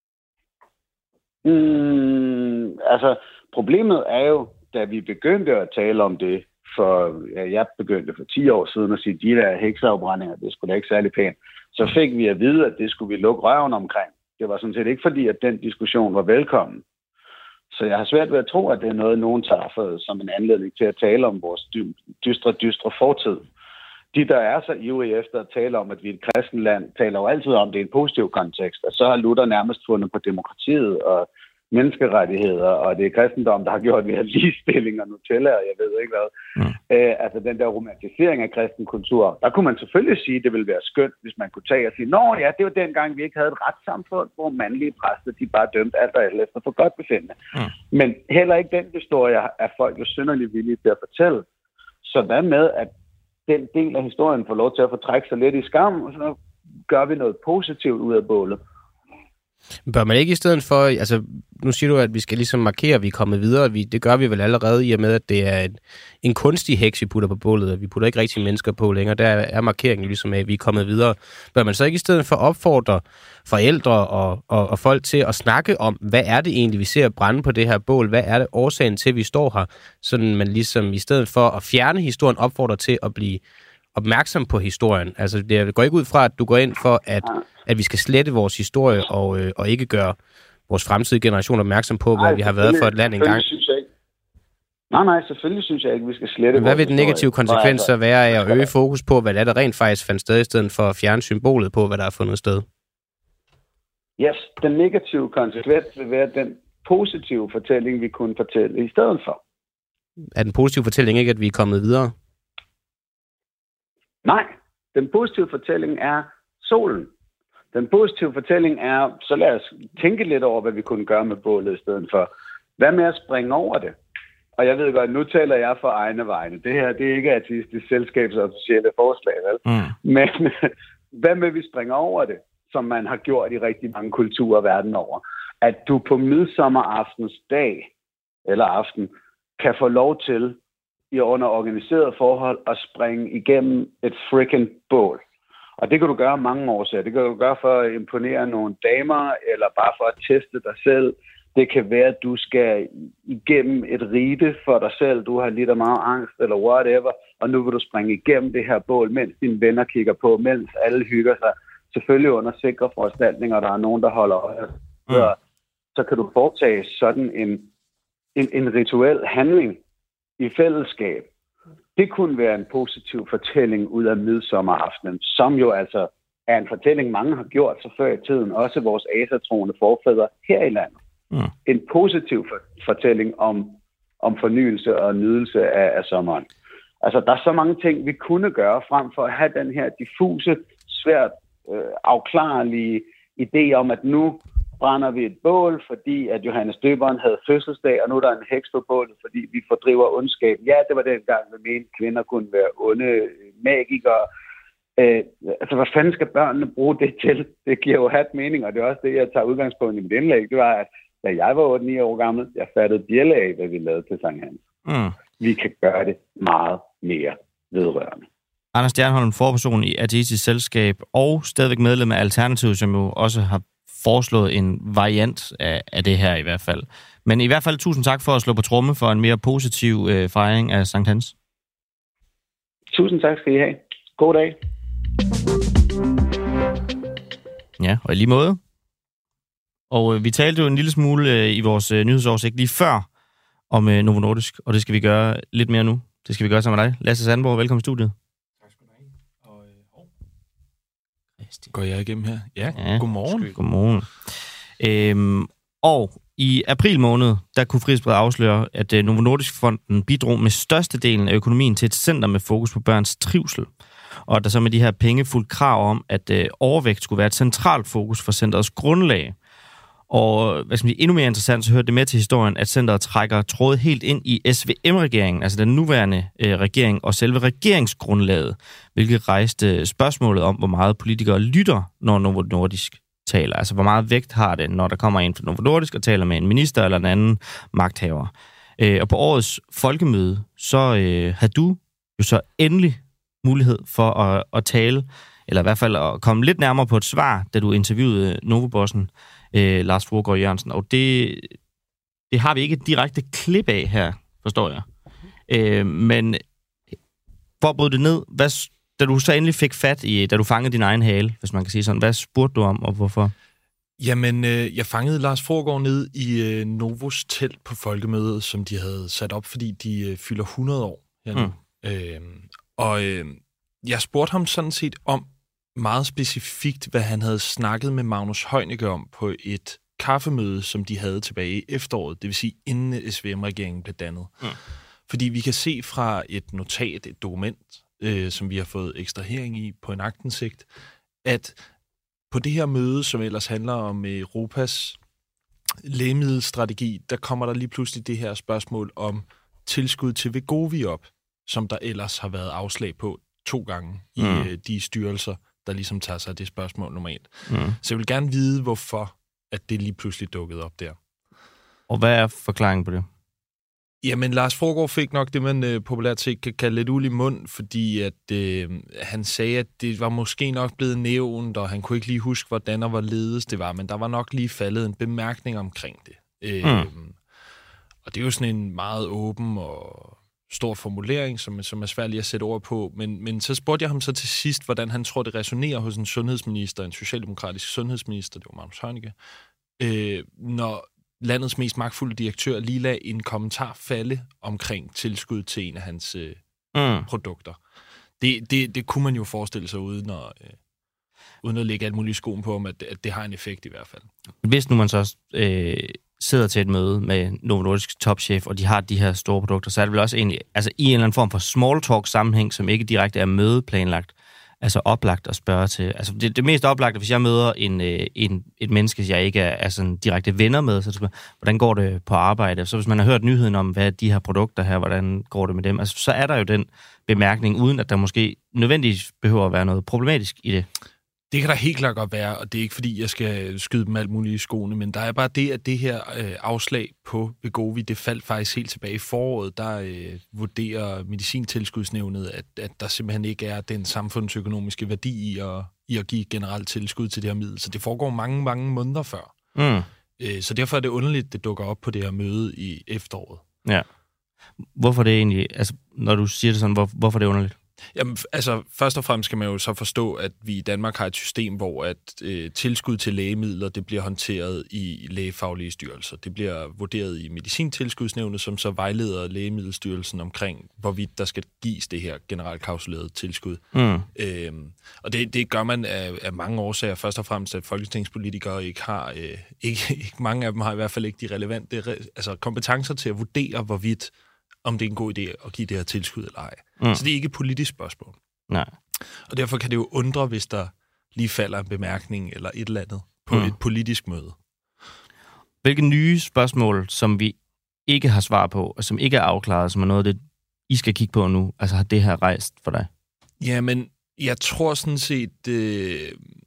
Mm, altså, problemet er jo, da vi begyndte at tale om det, for ja, jeg begyndte for ti år siden at sige, de der hekseafbrændinger, det skulle da ikke særlig pænt, så fik vi at vide, at det skulle vi lukke røven omkring. Det var sådan set ikke fordi, at den diskussion var velkommen. Så jeg har svært ved at tro, at det er noget, nogen tager for, som en anledning til at tale om vores dystre, dystre fortid. De, der er så ivrige efter at tale om, at vi er et kristent land, taler jo altid om det i en positiv kontekst. Og så har Luther nærmest fundet på demokratiet og menneskerettigheder, og det er kristendom, der har gjort, at vi har ligestilling og Nutella, og jeg ved ikke hvad. Mm. Æ, altså den der romantisering af kristen kultur, der kunne man selvfølgelig sige, at det ville være skønt, hvis man kunne tage og sige, nå ja, det var dengang, vi ikke havde et retssamfund, hvor mandlige præster, de bare dømte alt og alt efter for godt befindende. Mm. Men heller ikke den historie er folk jo synderligt villige til at fortælle. Så hvad med, at den del af historien får lov til at få trække sig lidt i skam, og så gør vi noget positivt ud af bålet. Bør man ikke i stedet for, altså nu siger du, at vi skal ligesom markere, at vi er kommet videre, vi, det gør vi vel allerede i og med, at det er en, en kunstig heks, vi putter på bålet, vi putter ikke rigtige mennesker på længere, der er markeringen ligesom af, at vi er kommet videre. Bør man så ikke i stedet for opfordre forældre og, og, og folk til at snakke om, hvad er det egentlig, vi ser brænde på det her bål, hvad er det årsagen til, at vi står her, sådan man ligesom i stedet for at fjerne historien, opfordrer til at blive opmærksom på historien. Altså det går ikke ud fra, at du går ind for, at at vi skal slette vores historie og, øh, og ikke gøre vores fremtidige generation opmærksom på, hvad nej, vi har været for et land engang. Synes jeg ikke. Nej, nej, selvfølgelig synes jeg ikke, vi skal slette. Men hvad vil den negative konsekvens så være af at øge fokus på, hvad der, der rent faktisk fandt sted, i stedet for at fjerne symbolet på, hvad der er fundet sted? Yes, den negative konsekvens vil være den positive fortælling, vi kunne fortælle i stedet for. Er den positive fortælling ikke, at vi er kommet videre? Nej, den positive fortælling er solen. Den positive fortælling er, så lad os tænke lidt over, hvad vi kunne gøre med bålet i stedet for. Hvad med at springe over det? Og jeg ved godt, nu taler jeg for egne vegne. Det her, det er ikke Ateistisk Selskabs officielle forslag, vel? Mm. Men hvad med, at vi springer over det, som man har gjort i rigtig mange kulturer verden over? At du på midsomeraftens dag, eller aften, kan få lov til, i under organiseret forhold, at springe igennem et freaking bål. Og det kan du gøre af mange årsager. Det kan du gøre for at imponere nogle damer, eller bare for at teste dig selv. Det kan være, at du skal igennem et rite for dig selv. Du har lidt af meget angst, eller whatever. Og nu vil du springe igennem det her bål, mens dine venner kigger på, mens alle hygger sig. Selvfølgelig under sikre foranstaltninger, der er nogen, der holder øje. Mm. Så, så kan du foretage sådan en, en, en rituel handling i fællesskab. Det kunne være en positiv fortælling ud af midsommeraftenen, som jo altså er en fortælling, mange har gjort så før i tiden, også vores asatroende forfædre her i landet. Mm. En positiv for- fortælling om, om fornyelse og nydelse af, af sommeren. Altså, der er så mange ting, vi kunne gøre, frem for at have den her diffuse, svært øh, afklarlige idé om, at nu brænder vi et bål, fordi at Johannes Døberen havde fødselsdag, og nu er der en heks på bålet, fordi vi fordriver ondskab. Ja, det var dengang, vi mente, at kvinder kunne være onde magikere. Øh, altså, hvad fanden skal børnene bruge det til? Det giver jo hat mening, og det er også det, jeg tager udgangspunkt i mit indlæg. Det var, at da jeg var otte ni år gammel, jeg fattede bjælle af, hvad vi lavede til Sankt Hans. Mm. Vi kan gøre det meget mere vedrørende. Anders Stjernholm, forperson i Ateistisk Selskab, og stadigvæk medlem af Alternativet, som jo også har foreslået en variant af, af det her i hvert fald. Men i hvert fald tusind tak for at slå på tromme for en mere positiv øh, fejring af Sankt Hans. Tusind tak skal I have. God dag. Ja, og i lige måde. Og øh, vi talte jo en lille smule øh, i vores øh, nyhedsoversigt lige før om øh, Novo Nordisk, og det skal vi gøre lidt mere nu. Det skal vi gøre sammen med dig. Lasse Sandborg, velkommen i studiet. Tak skal du have. Og, øh, Går jeg igennem her? Ja, ja. Godmorgen. Godmorgen. Øhm, og i april måned, der kunne Frihedsbrevet afsløre, at Novo Nordisk Fonden bidrog med størstedelen af økonomien til et center med fokus på børns trivsel. Og der så med de her penge fuldt krav om, at øh, overvægt skulle være et centralt fokus for centerets grundlag. Og hvad skal man sige, endnu mere interessant, så hørte det med til historien, at centeret trækker trådet helt ind i S V M-regeringen, altså den nuværende øh, regering og selve regeringsgrundlaget, hvilket rejste spørgsmålet om, hvor meget politikere lytter, når Novo Nordisk taler. Altså, hvor meget vægt har det, når der kommer en fra Novo Nordisk og taler med en minister eller en anden magthaver. Øh, og på årets folkemøde, så øh, har du jo så endelig mulighed for at, at tale, eller i hvert fald at komme lidt nærmere på et svar, da du interviewede Novo-bossen, øh, Lars Fruergaard Jørgensen. Og det, det har vi ikke et direkte klip af her, forstår jeg. Øh, men for at bryde det ned, hvad, da du så endelig fik fat i, da du fangede din egen hale, hvis man kan sige sådan, hvad spurgte du om, og hvorfor? Jamen, øh, jeg fangede Lars Fruergaard ned i øh, Novos telt på folkemødet, som de havde sat op, fordi de øh, fylder hundrede år her nu. Mm. Øh, og øh, jeg spurgte ham sådan set om meget specifikt, hvad han havde snakket med Magnus Heunicke om på et kaffemøde, som de havde tilbage i efteråret, det vil sige inden S V M-regeringen blev dannet. Mm. Fordi vi kan se fra et notat, et dokument, øh, som vi har fået ekstrahering i på en aktindsigt, at på det her møde, som ellers handler om Europas lægemiddelstrategi, der kommer der lige pludselig det her spørgsmål om tilskud til Wegovy op, som der ellers har været afslag på to gange i mm. øh, de styrelser, der ligesom tager sig af det spørgsmål normalt. Mm. Så jeg vil gerne vide, hvorfor at det lige pludselig dukkede op der. Og hvad er forklaringen på det? Jamen, Lars Fruergaard fik nok det, man øh, populært set kan kalde lidt uld i mund, fordi at øh, han sagde, at det var måske nok blevet nævnt, og han kunne ikke lige huske, hvordan og hvorledes det var, men der var nok lige faldet en bemærkning omkring det. Øh, mm. Og det er jo sådan en meget åben og stor formulering, som, som er svært lige at sætte ord på, men, men så spurgte jeg ham så til sidst, hvordan han tror, det resonerer hos en sundhedsminister, en socialdemokratisk sundhedsminister, det var Magnus Heunicke, øh, når landets mest magtfulde direktør lige lagde en kommentar falde omkring tilskud til en af hans øh, mm. produkter. Det, det, det kunne man jo forestille sig uden at, øh, uden at lægge alt muligt i skoen på, om at, at det har en effekt i hvert fald. Hvis nu man så øh, sidder til et møde med Novo Nordisk topchef, og de har de her store produkter, så er det vel også egentlig altså i en eller anden form for small talk sammenhæng, som ikke direkte er mødeplanlagt, altså oplagt at spørge til. Altså det, det mest oplagte, hvis jeg møder en, en, et menneske, jeg ikke er, er sådan direkte venner med, så spørger, hvordan går det på arbejde? Så hvis man har hørt nyheden om, hvad de her produkter her, hvordan går det med dem, altså, så er der jo den bemærkning, uden at der måske nødvendigvis behøver at være noget problematisk i det. Det kan der helt klart godt være, og det er ikke fordi, jeg skal skyde dem alt muligt i skoene, men der er bare det, at det her øh, afslag på Wegovy, det faldt faktisk helt tilbage i foråret. Der øh, vurderer Medicintilskudsnævnet, at, at der simpelthen ikke er den samfundsøkonomiske værdi i at, i at give generelt tilskud til det her middel. Så det foregår mange, mange måneder før. Mm. Øh, så derfor er det underligt, det dukker op på det her møde i efteråret. Ja. Hvorfor er det egentlig, altså når du siger det sådan, hvor, hvorfor er det underligt? Jamen, altså, først og fremmest skal man jo så forstå, at vi i Danmark har et system, hvor at øh, tilskud til lægemidler, det bliver håndteret i lægefaglige styrelser. Det bliver vurderet i Medicintilskudsnævnet, som så vejleder Lægemiddelstyrelsen omkring, hvorvidt der skal gives det her generelt klausulerede tilskud. Mm. Øhm, og det, det gør man af, af mange årsager. Først og fremmest, at folketingspolitikere ikke har, øh, ikke, ikke mange af dem har i hvert fald ikke de relevante altså kompetencer til at vurdere, hvorvidt om det er en god idé at give det her tilskud eller ej. Mm. Så det er ikke et politisk spørgsmål. Nej. Og derfor kan det jo undre, hvis der lige falder en bemærkning eller et eller andet på mm. et politisk møde. Hvilke nye spørgsmål, som vi ikke har svar på, og som ikke er afklaret, som er noget af det, I skal kigge på nu, altså har det her rejst for dig? Jamen, jeg tror sådan set, øh,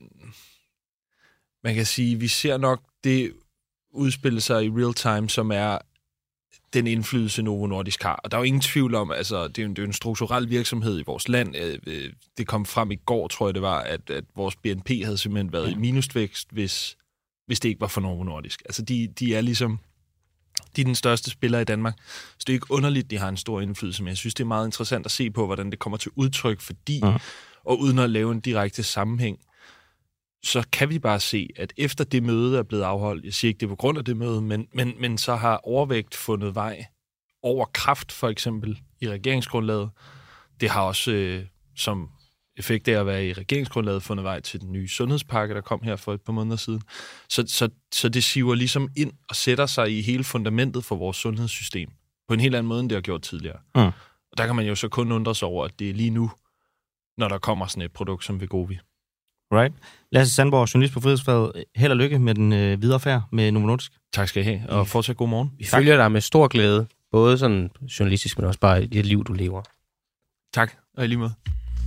man kan sige, vi ser nok det udspille sig i real time, som er den indflydelse, Novo Nordisk har. Og der er jo ingen tvivl om, altså, det er jo en, det er en strukturel virksomhed i vores land. Det kom frem i går, tror jeg det var, at, at vores B N P havde simpelthen været ja. i minusvækst, hvis, hvis det ikke var for Novo Nordisk. Altså, de, de er ligesom, de er den største spiller i Danmark. Så det er ikke underligt, de har en stor indflydelse, men jeg synes, det er meget interessant at se på, hvordan det kommer til udtryk, fordi, ja. og uden at lave en direkte sammenhæng, så kan vi bare se, at efter det møde er blevet afholdt, jeg siger ikke, det er på grund af det møde, men, men, men så har overvægt fundet vej over kræft, for eksempel, i regeringsgrundlaget. Det har også, øh, som effekt af at være i regeringsgrundlaget fundet vej til den nye sundhedspakke, der kom her for et par måneder siden. Så, så, så det siver ligesom ind og sætter sig i hele fundamentet for vores sundhedssystem på en helt anden måde, end det har gjort tidligere. Mm. Og der kan man jo så kun undre sig over, at det er lige nu, når der kommer sådan et produkt som Wegovy. Right. Lasse Sandborg, journalist på Frihedsbrevet. Held og lykke med den øh, videre færd med Novo Nordisk. Tak skal I have, og fortsat god morgen. Vi tak. følger dig med stor glæde, både sådan journalistisk, men også bare i det liv, du lever. Tak, og i lige måde.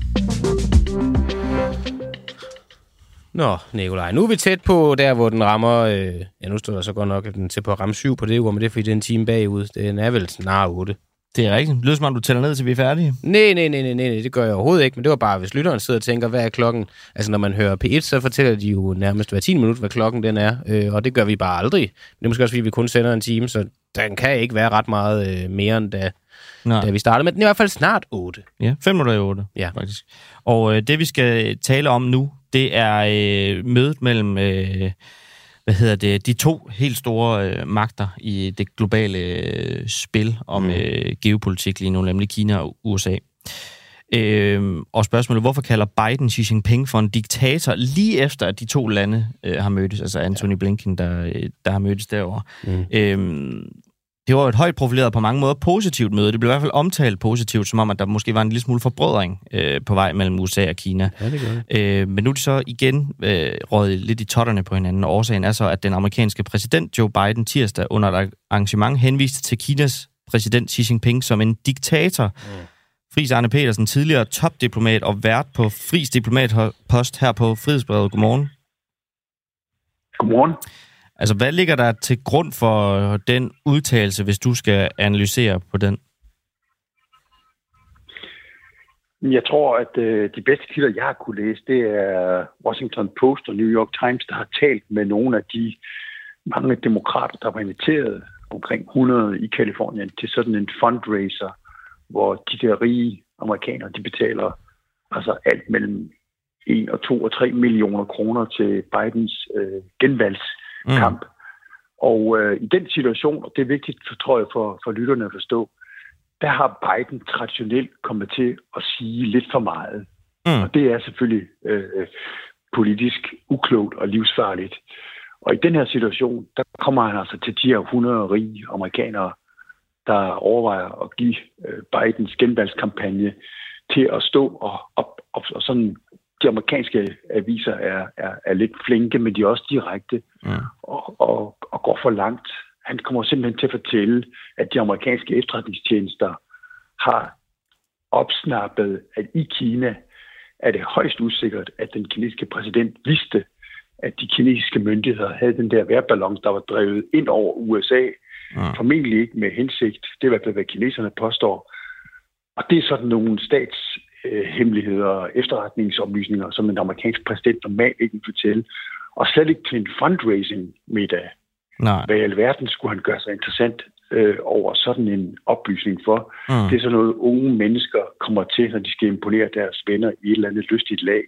Nå, Nikolaj, nu er vi tæt på der, hvor den rammer... Øh, ja, nu står der så godt nok, at den er til på at ramme syv på det uger, men det er fordi, det er en time bagud. Den er vel snart otte. Det er rigtigt. Det lyder som om, du tæller ned, til vi er færdige. Nej, nej, nej, nej, nej, det gør jeg overhovedet ikke, men det var bare, hvis lytteren sidder og tænker, hvad er klokken? Altså, når man hører P et, så fortæller de jo nærmest hver tiende minut, hvad klokken den er, øh, og det gør vi bare aldrig. Men det er måske også, fordi vi kun sender en time, så den kan ikke være ret meget øh, mere, end da, da vi startede. Men den er i hvert fald snart otte. Ja, fem minutter i otte, ja. Faktisk. Og øh, det, vi skal tale om nu, det er øh, mødet mellem... Øh, hvad hedder det, de to helt store øh, magter i det globale øh, spil om mm. øh, geopolitik lige nu, nemlig Kina og U S A. Øh, og spørgsmålet, hvorfor kalder Biden Xi Jinping for en diktator, lige efter at de to lande øh, har mødtes, altså Antony Blinken, der, der har mødtes derovre. Mm. Øh, det var jo et højt profileret på mange måder positivt møde. Det blev i hvert fald omtalt positivt, som om, at der måske var en lille smule forbrødring øh, på vej mellem U S A og Kina. Ja, det gør det. Øh, men nu er de så igen øh, røget lidt i totterne på hinanden, og årsagen er så, at den amerikanske præsident Joe Biden tirsdag under et arrangement henviste til Kinas præsident Xi Jinping som en diktator. Mm. Friis Arne Petersen, tidligere topdiplomat og vært på Friis diplomatpost her på Frihedsbrevet. Godmorgen. Godmorgen. Altså, hvad ligger der til grund for den udtalelse, hvis du skal analysere på den? Jeg tror, at øh, de bedste kilder, jeg har kunne læse, det er Washington Post og New York Times, der har talt med nogle af de mange demokrater, der var inviteret omkring hundrede i Kalifornien til sådan en fundraiser, hvor de der rige amerikanere, de betaler altså alt mellem en og to og tre millioner kroner til Bidens øh, genvalgs kamp. Mm. Og øh, i den situation, og det er vigtigt, tror jeg, for, for lytterne at forstå, der har Biden traditionelt kommet til at sige lidt for meget. Mm. Og det er selvfølgelig øh, politisk uklogt og livsfarligt. Og i den her situation, der kommer han altså til de her hundrede rige amerikanere, der overvejer at give øh, Bidens genvalgskampagne til at stå og, og, og, og sådan... De amerikanske aviser er, er, er lidt flinke, men de er også direkte ja. og, og, og går for langt. Han kommer simpelthen til at fortælle, at de amerikanske efterretningstjenester har opsnappet, at i Kina er det højst usikkert, at den kinesiske præsident vidste, at de kinesiske myndigheder havde den der vejrballon, der var drevet ind over U S A. Ja. Formentlig ikke med hensigt. Det er i hvert fald, hvad kineserne påstår. Og det er sådan nogle stats hemmeligheder og efterretningsoplysninger, som en amerikansk præsident normalt ikke vil fortælle. Og slet ikke til en fundraising-middag. Nej. Hvad i alverden skulle han gøre sig interessant øh, over sådan en oplysning for? Mm. Det er sådan noget, unge mennesker kommer til, når de skal imponere deres venner i et eller andet lystigt lag.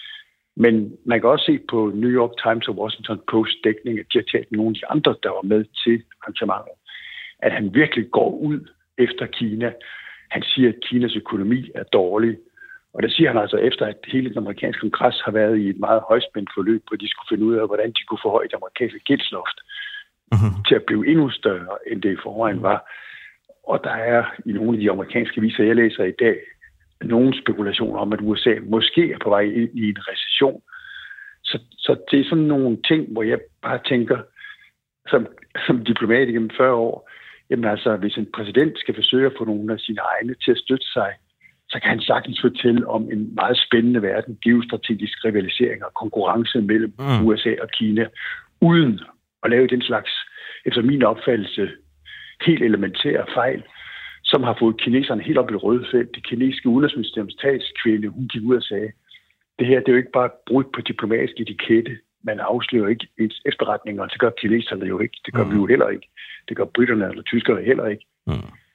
Men man kan også se på New York Times og Washington Post dækning, at de har talt med nogle af de andre, der var med til arrangementet, at han virkelig går ud efter Kina. Han siger, at Kinas økonomi er dårlig. Og det siger han altså efter, at hele den amerikanske kongres har været i et meget højspændt forløb, hvor de skulle finde ud af, hvordan de kunne forhøje det amerikanske gældsloft uh-huh. til at blive endnu større, end det i forvejen var. Og der er i nogle af de amerikanske aviser, jeg læser i dag, nogle spekulationer om, at U S A måske er på vej ind i en recession. Så, så det er sådan nogle ting, hvor jeg bare tænker, som, som diplomat gennem fyrre år, jamen altså, hvis en præsident skal forsøge at få nogle af sine egne til at støtte sig, så kan han sagtens fortælle om en meget spændende verden, geostrategisk rivalisering og konkurrence mellem mm. U S A og Kina, uden at lave den slags, efter min opfattelse, helt elementære fejl, som har fået kineserne helt op i det røde felt. Det kinesiske udenrigsministeriums talskvinde, hun gik ud og sagde, det her det er jo ikke bare et brud på diplomatisk etikette. Man afslører ikke ens efterretninger, og det gør kineserne jo ikke. Det gør mm. vi jo heller ikke. Det gør britterne eller tyskerne heller ikke. Mm.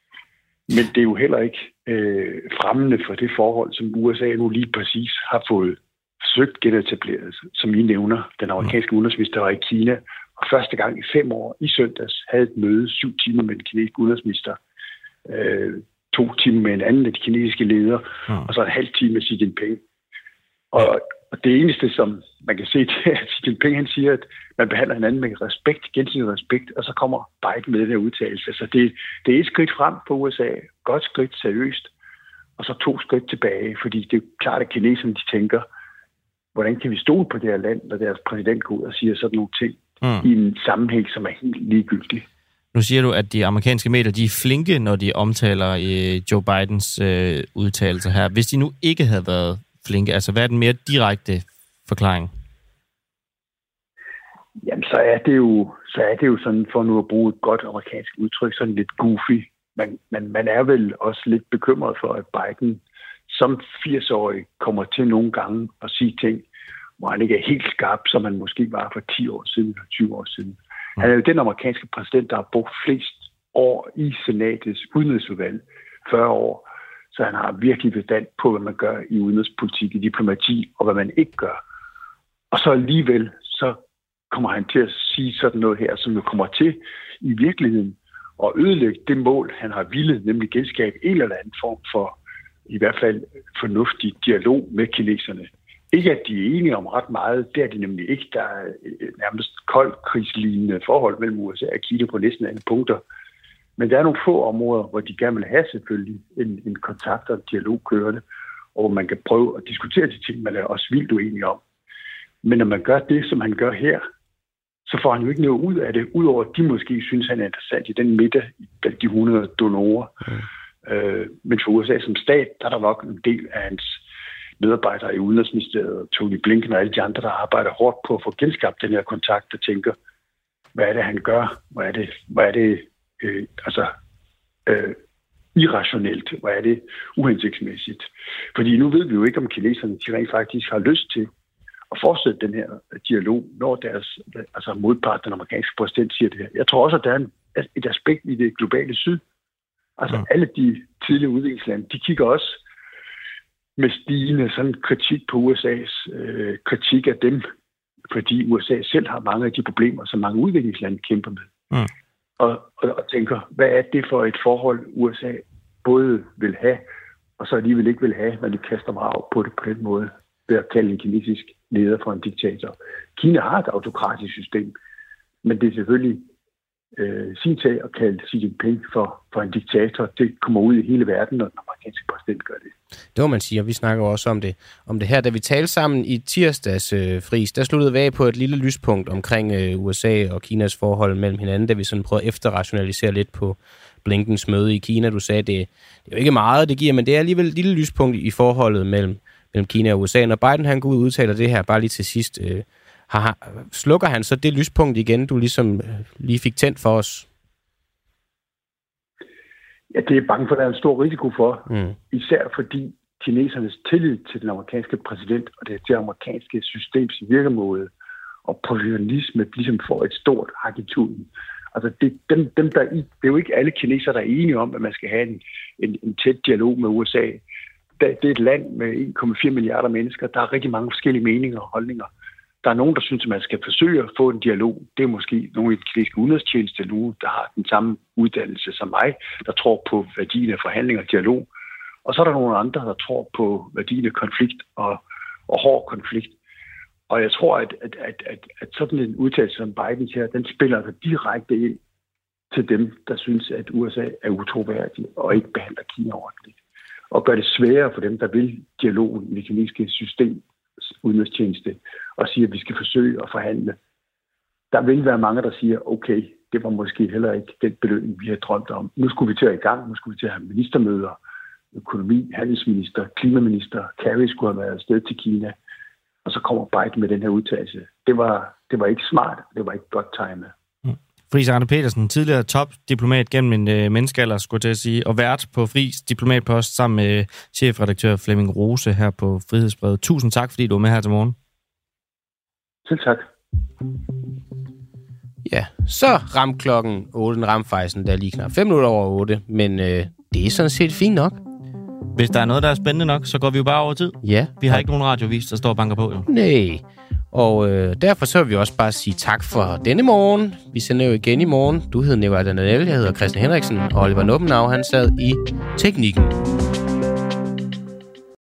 Men det er jo heller ikke øh, fremmende for det forhold, som U S A nu lige præcis har fået forsøgt genetableret, som I nævner. Den amerikanske mm. udenrigsminister var i Kina, og første gang i fem år i søndags havde et møde syv timer med den kinesiske udenrigsminister, øh, to timer med en anden af de kinesiske ledere, mm. og så en halv time med Xi Jinping. Og, og det eneste, som man kan se, det er, at Xi Jinping han siger, at man behandler hinanden med respekt, gensidig respekt, og så kommer Biden med den her udtalelse. Så det, det er et skridt frem for U S A, godt skridt, seriøst, og så to skridt tilbage, fordi det er klart, at kineserne de tænker, hvordan kan vi stole på det her land, når deres præsident går ud og siger sådan nogle ting mm. i en sammenhæng, som er helt ligegyldig. Nu siger du, at de amerikanske medier de er flinke, når de omtaler øh, Joe Bidens øh, udtalelser her. Hvis de nu ikke havde været flinke, altså hvad er den mere direkte forklaring? Jamen, så er det jo, så er det jo sådan, for nu at bruge et godt amerikansk udtryk, sådan lidt goofy. Man, man, man er vel også lidt bekymret for, at Biden som firs-årig kommer til nogle gange at sige ting, hvor han ikke er helt skarp, som han måske var for ti år siden eller tyve år siden. Han er jo den amerikanske præsident, der har brugt flest år i senatets udenrigsudvalg, fyrre år. Så han har virkelig forstand på, hvad man gør i udenrigspolitik, i diplomati, og hvad man ikke gør. Og så alligevel, så kommer han til at sige sådan noget her, som jo kommer til i virkeligheden at ødelægge det mål, han har villet, nemlig genskabe en eller anden form for, i hvert fald fornuftig dialog med kineserne. Ikke at de er enige om ret meget, det er de nemlig ikke. Der er nærmest koldkrigslignende forhold mellem U S A og Kina på næsten alle punkter. Men der er nogle få områder, hvor de gerne vil have selvfølgelig en, en kontakt og en dialog kørende, og hvor man kan prøve at diskutere de ting, man er også vildt uenige om. Men når man gør det, som han gør her, så får han jo ikke noget ud af det, udover at de måske synes, han er interessant i den midte blandt de hundrede donorer. Mm. Øh, men for U S A som stat, der er der nok en del af hans medarbejdere i Udenrigsministeriet, Tony Blinken og alle de andre, der arbejder hårdt på at få genskabt den her kontakt, og tænker, hvad er det, han gør? Hvad er det, hvad er det øh, altså, øh, irrationelt? Hvad er det uhensigtsmæssigt? Fordi nu ved vi jo ikke, om kineserne de rent faktisk har lyst til at fortsætte den her dialog, når deres altså modpart, den amerikanske præsident, siger det her. Jeg tror også, at der er en, et aspekt i det globale syd. Altså ja. Alle de tidlige udviklingslande, de kigger også med stigende sådan kritik på U S A's øh, kritik af dem, fordi U S A selv har mange af de problemer, som mange udviklingslande kæmper med. Mm. Og, og, og tænker, hvad er det for et forhold, U S A både vil have, og så alligevel ikke vil have, når de kaster brav på det på den måde, ved at kalde en kinesisk leder for en diktator. Kina har et autokratisk system, men det er selvfølgelig øh, sin sag at kalde Xi Jinping for, for en diktator. Det kommer ud i hele verden, når den amerikanske præsident gør det. Det må man sige, og vi snakker også om det, om det her. Da vi talte sammen i tirsdags, øh, Friis, der sluttede vi af på et lille lyspunkt omkring øh, U S A og Kinas forhold mellem hinanden, da vi sådan prøvede at efterrationalisere lidt på Blinkens møde i Kina. Du sagde, det, det er jo ikke meget, det giver, men det er alligevel et lille lyspunkt i forholdet mellem, mellem Kina og U S A. Når Biden han går ud og udtaler det her, bare lige til sidst, øh, har, slukker han så det lyspunkt igen, du ligesom øh, lige fik tændt for os? Ja, det er bange for, at der er en stor risiko for. Mm. Især fordi kinesernes tillid til den amerikanske præsident og det, det amerikanske systems virkemåde og professionalisme ligesom får et stort hak i tuden. Altså det, dem, dem, der, det er jo ikke alle kinesere, der er enige om, at man skal have en, en, en tæt dialog med U S A. Det er et land med en komma fire milliarder mennesker. Der er rigtig mange forskellige meninger og holdninger. Der er nogen, der synes, at man skal forsøge at få en dialog. Det er måske nogle i den kinesiske udenrigstjeneste nu, der har den samme uddannelse som mig, der tror på værdien af forhandling og dialog. Og så er der nogle andre, der tror på værdien af konflikt og, og hård konflikt. Og jeg tror, at, at, at, at, at sådan en udtalelse som Biden her, den spiller altså direkte ind til dem, der synes, at U S A er utroværdig og ikke behandler Kina ordentligt. Og gør det sværere for dem, der vil dialogen i det kinesiske system, udenrigstjeneste, og siger, at vi skal forsøge at forhandle. Der vil være mange, der siger, okay, det var måske heller ikke den belønning, vi har drømt om. Nu skulle vi til at i gang, nu skulle vi til at have ministermøder, økonomi, handelsminister, klimaminister, Kerry skulle have været afsted til Kina, og så kommer Biden med den her udtalelse. Det var, det var ikke smart, det var ikke godt timet. Friis Arne Petersen, tidligere topdiplomat gennem en øh, menneskealder, skulle jeg til at sige, og vært på Friis diplomatpost sammen med chefredaktør Flemming Rose her på Frihedsbrevet. Tusind tak, fordi du var med her til morgen. Selv tak. Ja, så ramte klokken otte, den ramte faktisk der lige knap fem minutter over otte, men øh, det er sådan set fint nok. Hvis der er noget, der er spændende nok, så går vi jo bare over tid. Ja. Vi har ikke nogen radiovis, der står og banker på, jo. Nej. Og øh, derfor så vil vi også bare sige tak for denne morgen. Vi sender jo igen i morgen. Du hedder Nicolai Danel, jeg hedder Christian Henriksen, og Oliver Nuppenau, han sad i teknikken.